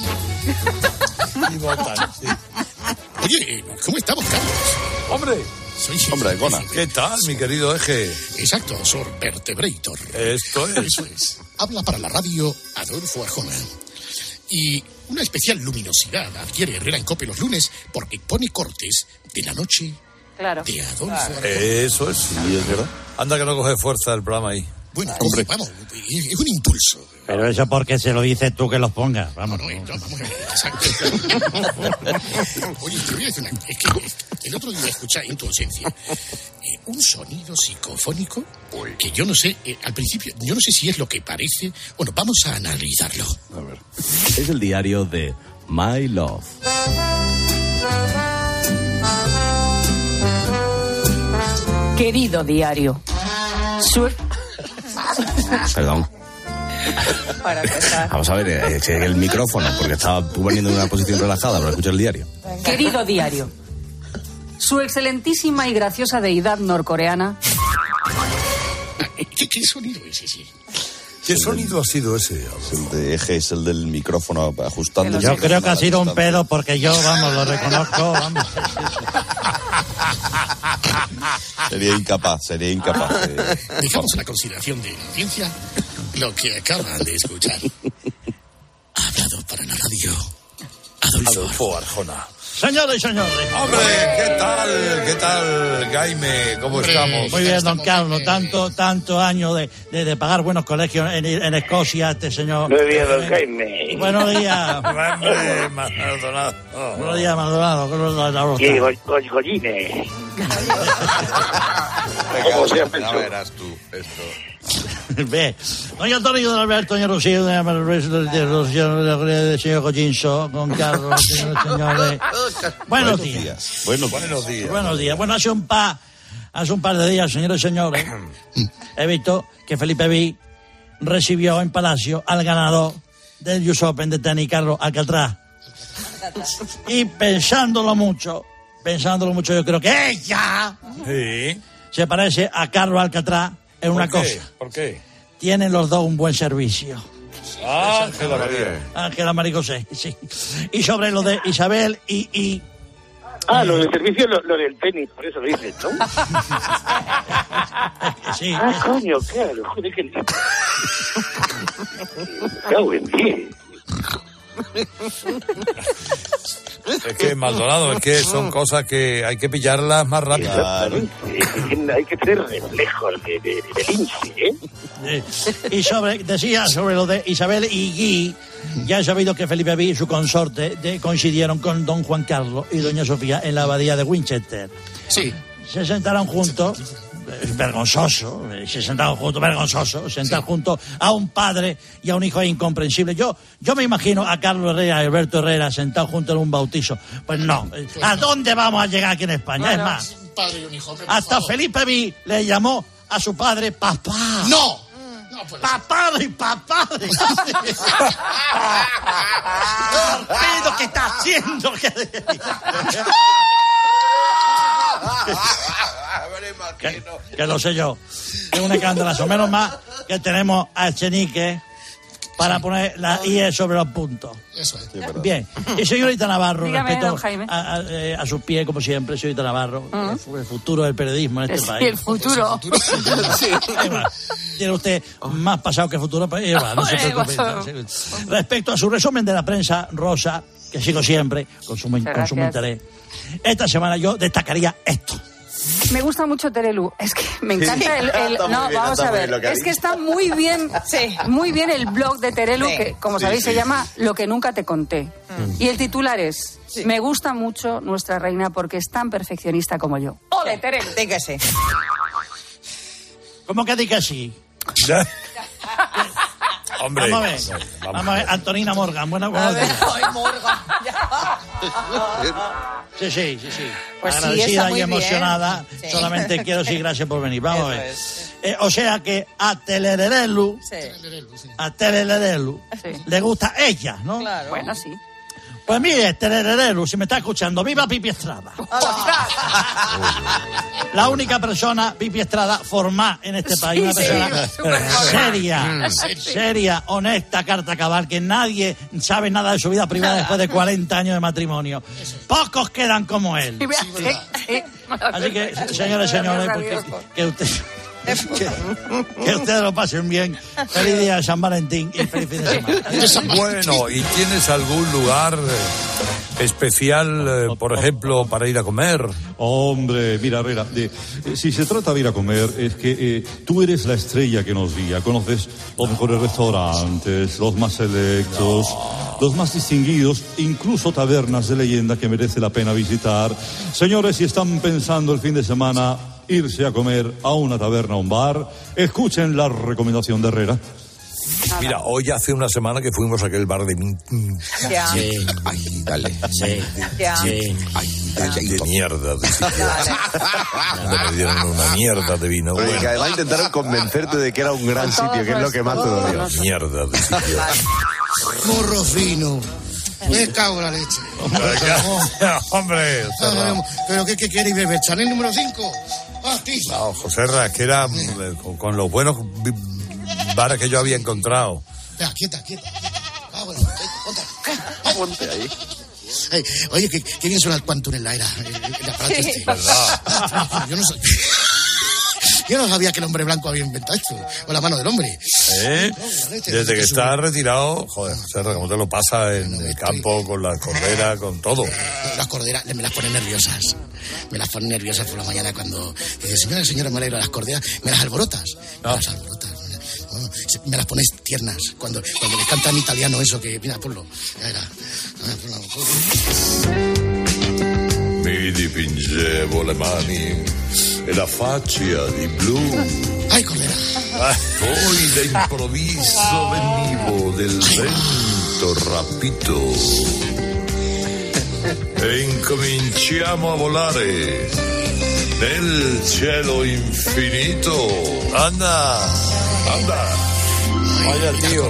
Sí. Oye, ¿cómo estamos, Carlos? Hombre. Hombre, Gona. ¿Qué tal, mi querido Eje? Exacto, Sor Vertebrator. Esto es. Eso es. Habla para la radio Adolfo Arjona. Y una especial luminosidad adquiere Herrera en COPE los lunes porque pone cortes de la noche de Adolfo Arjona. Eso es. Sí, es verdad. Anda que no coge fuerza el programa ahí. Bueno, vamos, es un impulso. Pero eso porque se lo dices tú que los pongas. Vamos. Vamos. Exacto. Oye, te voy a decir es que el otro día escuché en tu ausencia un sonido psicofónico que yo no sé, al principio, yo no sé si es lo que parece. Bueno, vamos a analizarlo. A ver. Es el diario de My Love. Querido diario. Perdón. Para empezar. Vamos a ver, el micrófono, porque estaba poniendo en una posición relajada para escuchar el diario. Querido diario. Su excelentísima y graciosa deidad norcoreana. ¿Qué sonido es ese? ¿Qué sonido ha sido ese? El de Eje es el del micrófono ajustando. Yo creo que ha sido un pedo porque yo, lo reconozco, Sería incapaz. Dejamos a la consideración de la audiencia lo que acaban de escuchar. Ha hablado para la radio Adolfo Arjona. Señores y señores. Hombre, ¿qué tal, Jaime? ¿Cómo estamos? Muy bien, don Carlos. Tanto años de pagar buenos colegios en Escocia, este señor. Buenos días, don Jaime. Buenos días. Maldonado. Buenos días, Maldonado. Y Goyines. ¿Cómo se llama eso? Verás tú esto. Ve, doña Antonio, don Alberto, doña Rocío, del señor Collinso, don Carlos, señores. Buenos días. Buenos días. Bueno, hace un par de días, señores y señores, he visto que Felipe Vi recibió en Palacio al ganador del US Open de tenis, Carlos Alcaraz. Y pensándolo mucho, yo creo que ella se parece a Carlos Alcaraz en una cosa. ¿Por qué? Tienen los dos un buen servicio. Ángela María. Ángela María José, sí. Y sobre lo de Isabel y lo del servicio, lo del tenis, por eso lo dices, ¿no? Sí. Coño, claro, joder, que... Cago en 10. Es que, Maldonado, son cosas que hay que pillarlas más rápido. Hay que tener reflejos del INSEE, Y decía sobre lo de Isabel y Guy, ya he sabido que Felipe Vi y su consorte coincidieron con don Juan Carlos y doña Sofía en la abadía de Winchester. Sí. Se sentaron juntos, vergonzoso, sentar juntos a un padre y a un hijo es incomprensible. Yo me imagino a Carlos Herrera y Alberto Herrera sentados juntos en un bautizo. Pues no, ¿a dónde vamos a llegar aquí en España? Bueno, es más, un padre y un hijo, hasta Felipe Vi le llamó a su padre papá. ¡No! Papá. ¿Qué está haciendo? Que lo sé yo. Es un escandalazo. Menos mal que tenemos a Echenique para poner la IE sobre los puntos. Eso es. Bien. Y señorita Navarro, dígame, respeto don Jaime. a sus pies, como siempre, señorita Navarro, el futuro del periodismo en este país. El futuro. Sí. Tiene usted más pasado que futuro, no se preocupe. Respecto a su resumen de la prensa rosa, que sigo siempre, con sumo interés, esta semana yo destacaría esto. Me gusta mucho Terelu. Es que me encanta vamos a ver. Es que está muy bien el blog de Terelu, que como sabéis se llama Lo que nunca te conté. Y el titular es: me gusta mucho nuestra reina porque es tan perfeccionista como yo. ¡Ole, Terelu! Dígase. ¿Cómo que diga así? Hombre, vamos a ver, Antonina Morgan. Buenos días. Sí. Pues agradecida sí, y emocionada. Sí. Solamente quiero decir gracias por venir. Vamos a ver. O sea que a Telerelu le gusta ella, ¿no? Claro. Bueno, sí. Pues mire, Tererelu, si me está escuchando, viva Pipi Estrada. La única persona, Pipi Estrada, formada en este país, una persona seria, honesta, carta cabal, que nadie sabe nada de su vida privada después de 40 años de matrimonio. Pocos quedan como él. Así que, señores y señores, que ustedes lo pasen bien. Feliz día de San Valentín y feliz fin de semana. Bueno, ¿y tienes algún lugar especial, por ejemplo, para ir a comer? Hombre, mira, Herrera, si se trata de ir a comer, es que tú eres la estrella que nos guía. Conoces los mejores restaurantes, los más selectos, los más distinguidos, incluso tabernas de leyenda que merece la pena visitar. Señores, si están pensando el fin de semana irse a comer a una taberna, a un bar, escuchen la recomendación de Herrera. Mira, hoy hace una semana que fuimos a aquel bar de... Ay, dale. De mierda. Me dieron una mierda de vino. Oye, que además intentaron convencerte de que era un gran sitio, que es lo que más te dolió. Mierda de sitio. Morro fino. Me cago en la leche. Hombre. ¿Pero qué queréis beber? ¿Chanel número 5? No, José Ra, que era con los buenos bares que yo había encontrado. Espera, quieta. Bueno, Ponte ahí. Oye, qué bien suena el Quantum en la era. El aparato este. ¿Verdad? Yo no sabía que el hombre blanco había inventado esto. O la mano del hombre. Desde que está retirado, joder, José Ra, ¿cómo te lo pasa en el campo, con las corderas, con todo? Las corderas me las ponen nerviosas. Me las ponen nerviosas por la mañana cuando dice, señora, me alegro de las corderas. Me las alborotas. No. Me las pones tiernas. Cuando les cantan italiano eso, que mira, ponlo. Mi dipingevo le mani e la faccia di blu. ¡Ay, cordera! Poi d'improvviso venivo del vento rapito e incominciamo a volare nel cielo infinito. Anda. Vaya tío.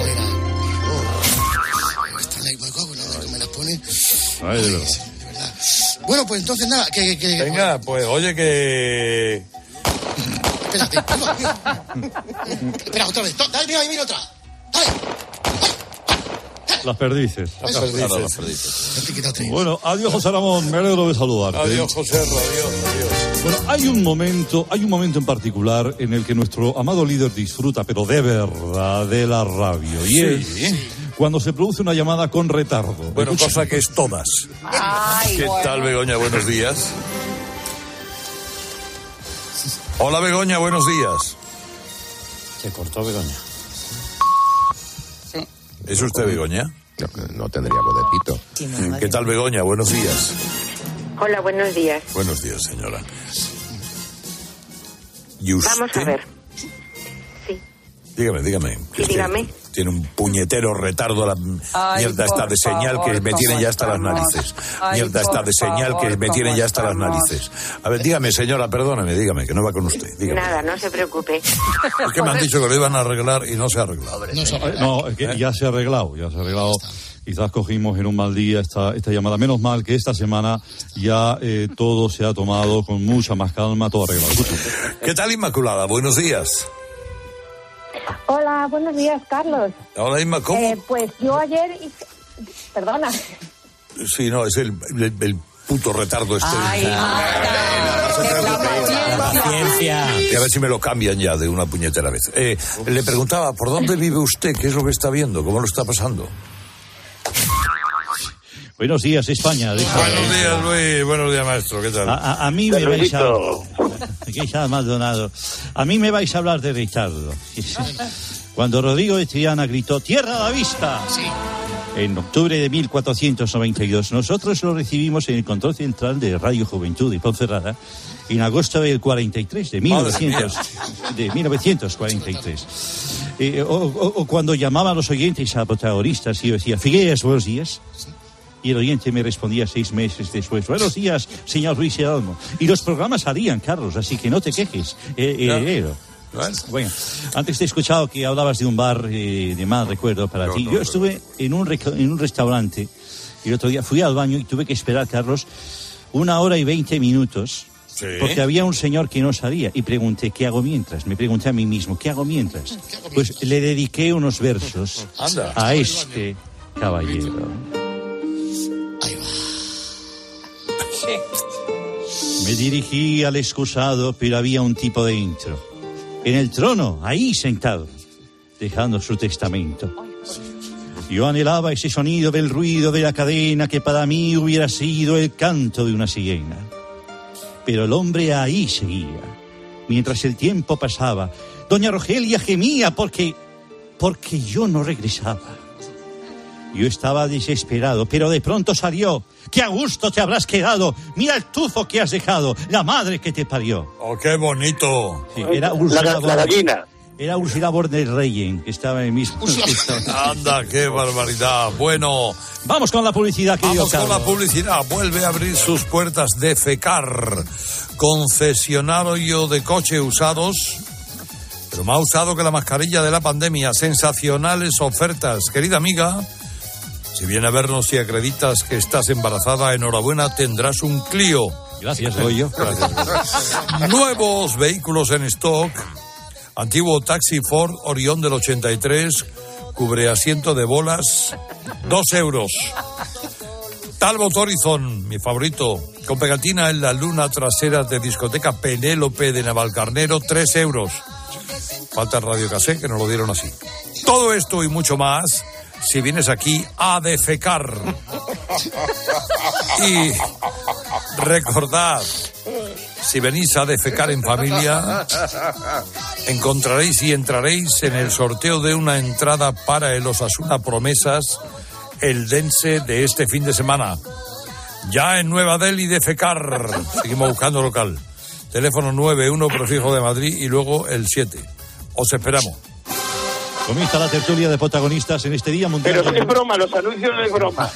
Me las pone. Ay, de verdad. Bueno, pues entonces nada, que... Venga, pues oye que... Espérate, espera, otra vez. Dale, mira otra. ¡Dale! Las perdices. Las Bueno, adiós, José Ramón, me alegro de saludarte. Adiós, José, adiós. Bueno, hay un momento en particular en el que nuestro amado líder disfruta, pero de verdad, de la radio. Y es cuando se produce una llamada con retardo. Bueno, cosa que es todas. ¿Qué tal, Begoña? Buenos días. Hola, Begoña, buenos días. Se cortó Begoña. Sí. ¿Es usted Begoña? No tendría voz de pito. ¿Qué tal, Begoña? Buenos días. Hola, buenos días. Buenos días, señora. ¿Y usted? Vamos a ver. Sí. Dígame. Sí, dígame. Tiene un puñetero retardo la mierda esta de señal que me tienen ya hasta las narices. Mierda esta de señal que me tienen ya hasta las narices. A ver, dígame, señora, perdóname, dígame, que no va con usted. Dígame. Nada, no se preocupe. Es que me han dicho que lo iban a arreglar y no se ha arreglado. No, es que ya se ha arreglado. Quizás cogimos en un mal día esta llamada. Menos mal que esta semana ya todo se ha tomado con mucha más calma, todo arreglado. ¿Qué tal, Inmaculada? Buenos días. Hola, buenos días, Carlos. Hola, Inma, ¿cómo? Pues yo ayer... Perdona. Sí, no, es el puto retardo este. Paciencia. Y a ver si me lo cambian ya de una puñetera vez. Le preguntaba, ¿por dónde vive usted? ¿Qué es lo que está viendo? ¿Cómo lo está pasando? Buenos días, España. Buenos días, Luis. Buenos días, maestro. ¿Qué tal? A mí me vais a... Quizás Maldonado. A mí me vais a hablar de Ricardo. Cuando Rodrigo de Triana gritó ¡Tierra a la vista! Sí. En octubre de 1492, nosotros lo recibimos en el control central de Radio Juventud de Ponferrada en agosto del 43, de 1943. O cuando llamaban los oyentes a protagonistas y yo decía, Figueras, buenos días. Y el oyente me respondía 6 meses después, buenos días, señor Luis Olmo. Y los programas salían, Carlos, así que no te quejes. Bueno, antes te he escuchado que hablabas de un bar de mal recuerdo para ti. Yo estuve en un restaurante Y el otro día fui al baño y tuve que esperar, Carlos, 1 hora y 20 minutos. Sí. Porque había un señor que no salía y pregunté, ¿qué hago mientras? Me pregunté a mí mismo, ¿qué hago mientras? Pues le dediqué unos versos a este caballero. Ahí va. Me dirigí al excusado, pero había un tipo dentro. En el trono, ahí sentado, dejando su testamento. Yo anhelaba ese sonido del ruido de la cadena que para mí hubiera sido el canto de una sirena. Pero el hombre ahí seguía. Mientras el tiempo pasaba, doña Rogelia gemía porque yo no regresaba. Yo estaba desesperado, pero de pronto salió. ¡Qué a gusto te habrás quedado! ¡Mira el tufo que has dejado! ¡La madre que te parió! ¡Oh, qué bonito! Sí, era Úrsula la gallina. Era Úrsula von der Leyen, que estaba en el mismo... ¡Anda, qué barbaridad! Bueno... Vamos con la publicidad, querido Carlos. Vamos con la publicidad. Vuelve a abrir sus puertas Defecar, concesionario de coches usados, pero más usado que la mascarilla de la pandemia. Sensacionales ofertas. Querida amiga, si vienes a vernos y acreditas que estás embarazada, enhorabuena, tendrás un Clio. Gracias, soy yo. Gracias. Nuevos vehículos en stock. Antiguo taxi Ford Orión del 83, cubre asiento de bolas, 2 euros. Talbot Horizon, mi favorito, con pegatina en la luna trasera de discoteca Penélope de Navalcarnero, 3 euros. Falta el radiocassette, que nos lo dieron así. Todo esto y mucho más, si vienes aquí a Defecar. Y recordad, si venís a defecar en familia, encontraréis y entraréis en el sorteo de una entrada para el Osasuna Promesas, el Dense de este fin de semana. Ya en Nueva Delhi, Defecar. Seguimos buscando local. Teléfono 91 prefijo de Madrid y luego el 7. Os esperamos. Comienza la tertulia de protagonistas en este Día Mundial. Pero es broma, los anuncios no es broma.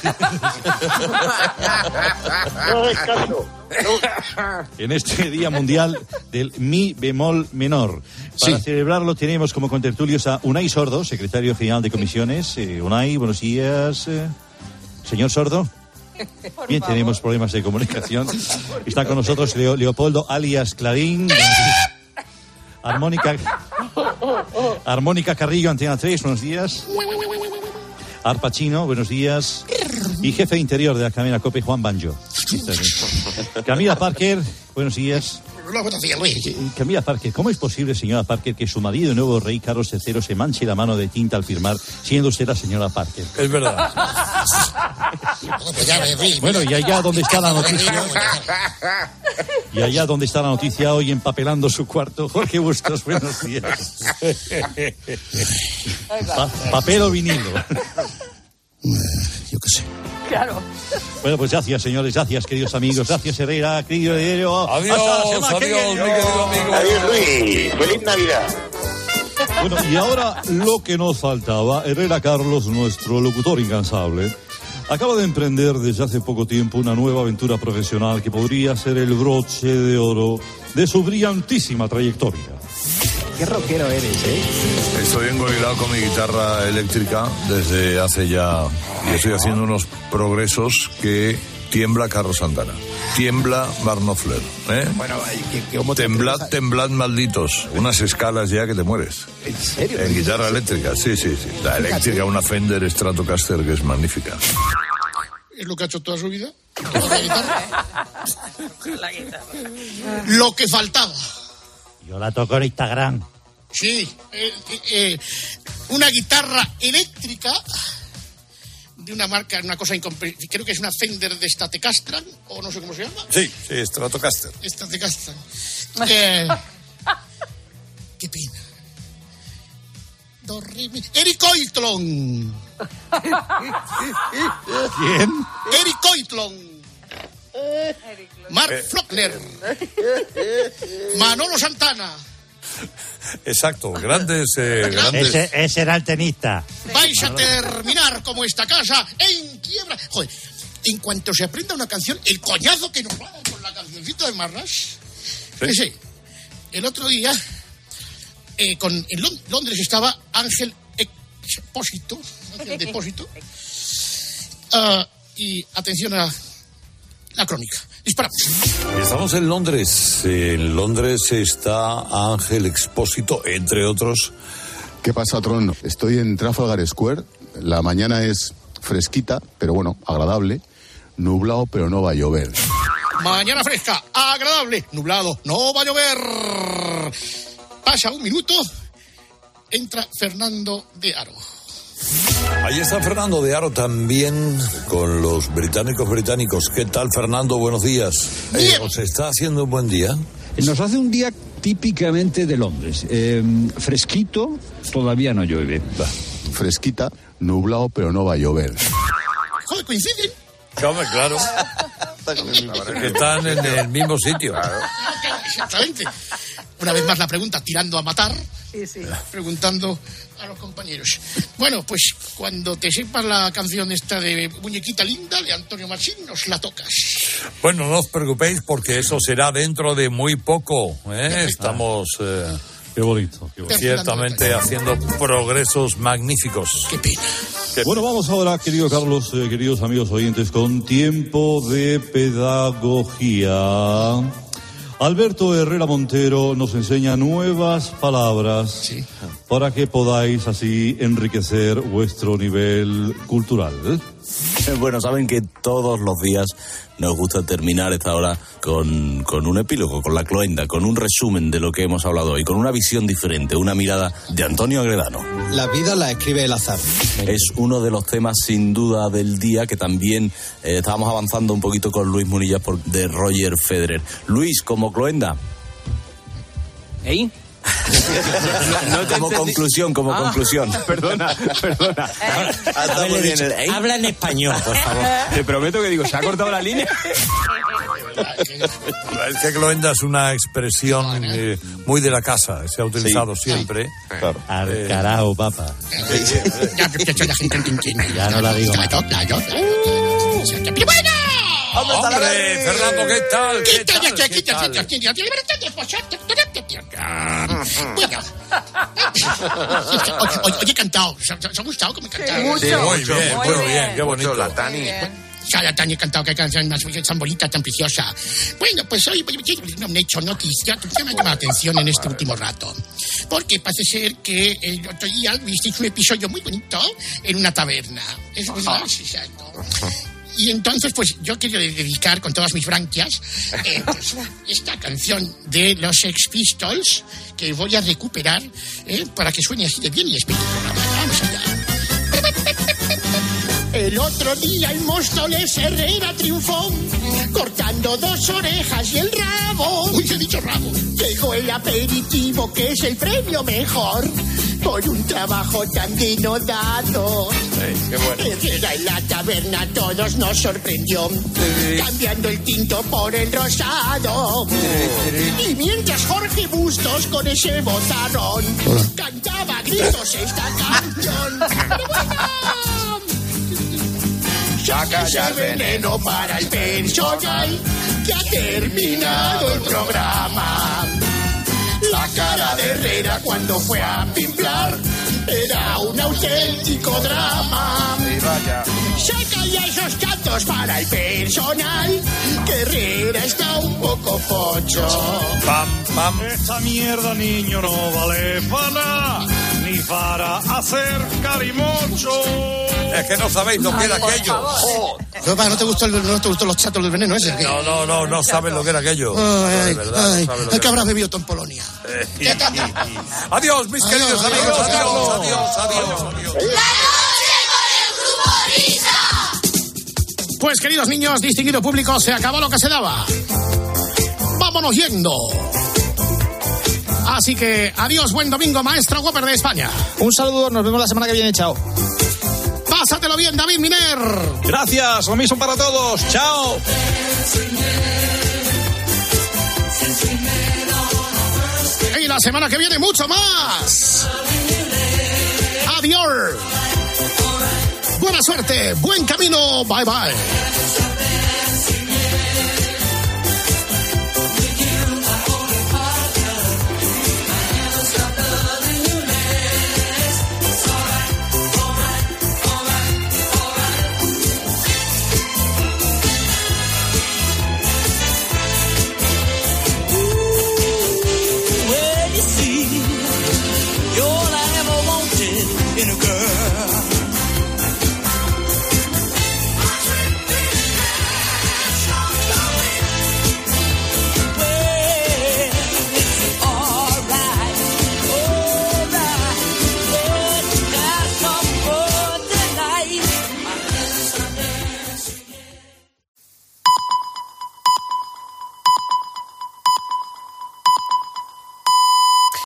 No es caso. En este Día Mundial del Mi bemol menor. Para celebrarlo tenemos como contertulios a Unai Sordo, secretario general de comisiones. Unai, buenos días. Señor Sordo. Bien, tenemos problemas de comunicación. Está con nosotros Leopoldo alias Clarín. Armónica Carrillo, Antena 3, buenos días. Arpa Chino, buenos días. Y jefe interior de la cadena COPE, Juan Banjo. Camila Parker, buenos días. Buenos días, Luis. Camila Parker, ¿cómo es posible, señora Parker, que su marido, el nuevo rey Carlos III, se manche la mano de tinta al firmar, siendo usted la señora Parker? Es verdad. Bueno, y allá donde está la noticia... Y allá donde está la noticia hoy empapelando su cuarto, Jorge Bustos, buenos días. ¿Papel o vinilo? Yo qué sé. Claro. Bueno, pues gracias, señores, gracias, queridos amigos, gracias, Herrera, querido heredero. Adiós, adiós, mi querido amigo. Adiós, Luis. Feliz Navidad. Bueno, y ahora lo que nos faltaba. Herrera Carlos, nuestro locutor incansable, acaba de emprender desde hace poco tiempo una nueva aventura profesional que podría ser el broche de oro de su brillantísima trayectoria. Qué rockero eres, ¿eh? Estoy engorilado con mi guitarra eléctrica desde hace ya... Y estoy haciendo unos progresos que tiembla Carlos Santana. Tiembla Barnofler, ¿eh? Bueno, ¿cómo temblad, temblad, malditos. Unas escalas ya que te mueres. ¿En serio? En guitarra eléctrica, sí. La eléctrica, una Fender Stratocaster que es magnífica. ¿Es lo que ha hecho toda su vida? ¿La guitarra? Lo que faltaba. Yo la toco en Instagram. Sí, una guitarra eléctrica de una marca, una cosa incomprensible. Creo que es una Fender de Stratocaster, o no sé cómo se llama. Sí, Stratocaster. Stratocaster. Qué pena. Eric Coitlon. ¿Quién? Eric Coitlon. Mark Flockner. Manolo Santana. Exacto, grandes. Ese era el tenista. Vais a terminar como esta casa en quiebra. Joder, en cuanto se aprenda una canción, el coñazo que nos va a dar con la cancioncita de Marras. Sí. El otro día, en Londres estaba Ángel Depósito. Y atención a la crónica. Disparamos. Estamos en Londres. En Londres está Ángel Expósito, entre otros. ¿Qué pasa, Tron? Estoy en Trafalgar Square. La mañana es fresquita, pero bueno, agradable. Nublado, pero no va a llover. Mañana fresca, agradable, nublado, no va a llover. Pasa un minuto, entra Fernando de Haro. Ahí está Fernando de Haro también con los británicos. ¿Qué tal, Fernando? Buenos días. ¿Os está haciendo un buen día? Nos hace un día típicamente de Londres. Fresquito, todavía no llueve. Fresquita, nublado, pero no va a llover. Joder, coinciden. Claro. Que están en el mismo sitio. Exactamente. Una vez más la pregunta, tirando a matar. Sí. Preguntando a los compañeros. Bueno, pues cuando te sepas la canción esta de Muñequita Linda de Antonio Machín, nos la tocas. Bueno, no os preocupéis porque eso será dentro de muy poco. Estamos... Qué bonito. Ciertamente haciendo progresos magníficos. Qué pena. Bueno, vamos ahora, querido Carlos, queridos amigos oyentes, con tiempo de pedagogía. Alberto Herrera Montero nos enseña nuevas palabras para que podáis así enriquecer vuestro nivel cultural. Bueno, saben que todos los días nos gusta terminar esta hora con un epílogo, con la cloenda, con un resumen de lo que hemos hablado hoy, con una visión diferente, una mirada de Antonio Agredano. La vida la escribe el azar. Es uno de los temas sin duda del día que también estábamos avanzando un poquito con Luis Munilla de Roger Federer. Luis, como cloenda. Como conclusión. Perdona. Habla en español, por favor. Te prometo que digo, ¿se ha cortado la línea? Es que cloenda es una expresión muy de la casa, se ha utilizado siempre. Claro. Al carajo, papá. Ya no la digo. ¡Hombre, Fernando, qué tal? Oye, he cantado. ¿Se ha gustado cómo he cantado? Mucho. Muy bien, qué bonito. La Tani. La Tani ha cantado, qué canción más tan bonita, tan preciosa. Bueno, pues hoy un hecho noticia que me ha llamado la atención en este último rato. Porque parece ser que el otro día visteis un episodio muy bonito en una taberna. Eso es exacto. Y entonces, pues, yo quiero dedicar con todas mis branquias pues, esta canción de los Sex Pistols que voy a recuperar para que suene así de bien y espectacular. Vamos allá. El otro día en Móstoles Herrera triunfó, cortando 2 orejas y el rabo. Uy, he dicho rabo. Llegó el aperitivo, que es el premio mejor, por un trabajo tan denodado. Qué bueno. Herrera en la taberna todos nos sorprendió, cambiando el tinto por el rosado. Y mientras Jorge Bustos con ese vozarrón cantaba a gritos esta canción. ¡Pero bueno! Saca ya el veneno para el personal, que ha terminado el programa. La cara de Herrera cuando fue a pimplar era un auténtico drama. Saca ya esos cantos para el personal, que Herrera está un poco pocho. Pam, pam. Esta mierda, niño, no vale para nada, ni para hacer carimocho. Es que no sabéis lo que era aquello. ¿No te gustó los chatos del veneno ese? No sabes lo que era aquello. Ay, el que habrás bebido tú en Polonia. Adiós, mis queridos amigos. Adiós. ¡La noche con el Grupo Risa! Pues, queridos niños, distinguido público, se acabó lo que se daba. Vámonos yendo. Así que, adiós, buen domingo, maestro Whopper de España. Un saludo, nos vemos la semana que viene, chao. Pásatelo bien, David Miner. Gracias, lo mismo para todos. Chao. Y la semana que viene mucho más. Adiós. Buena suerte, buen camino. Bye bye.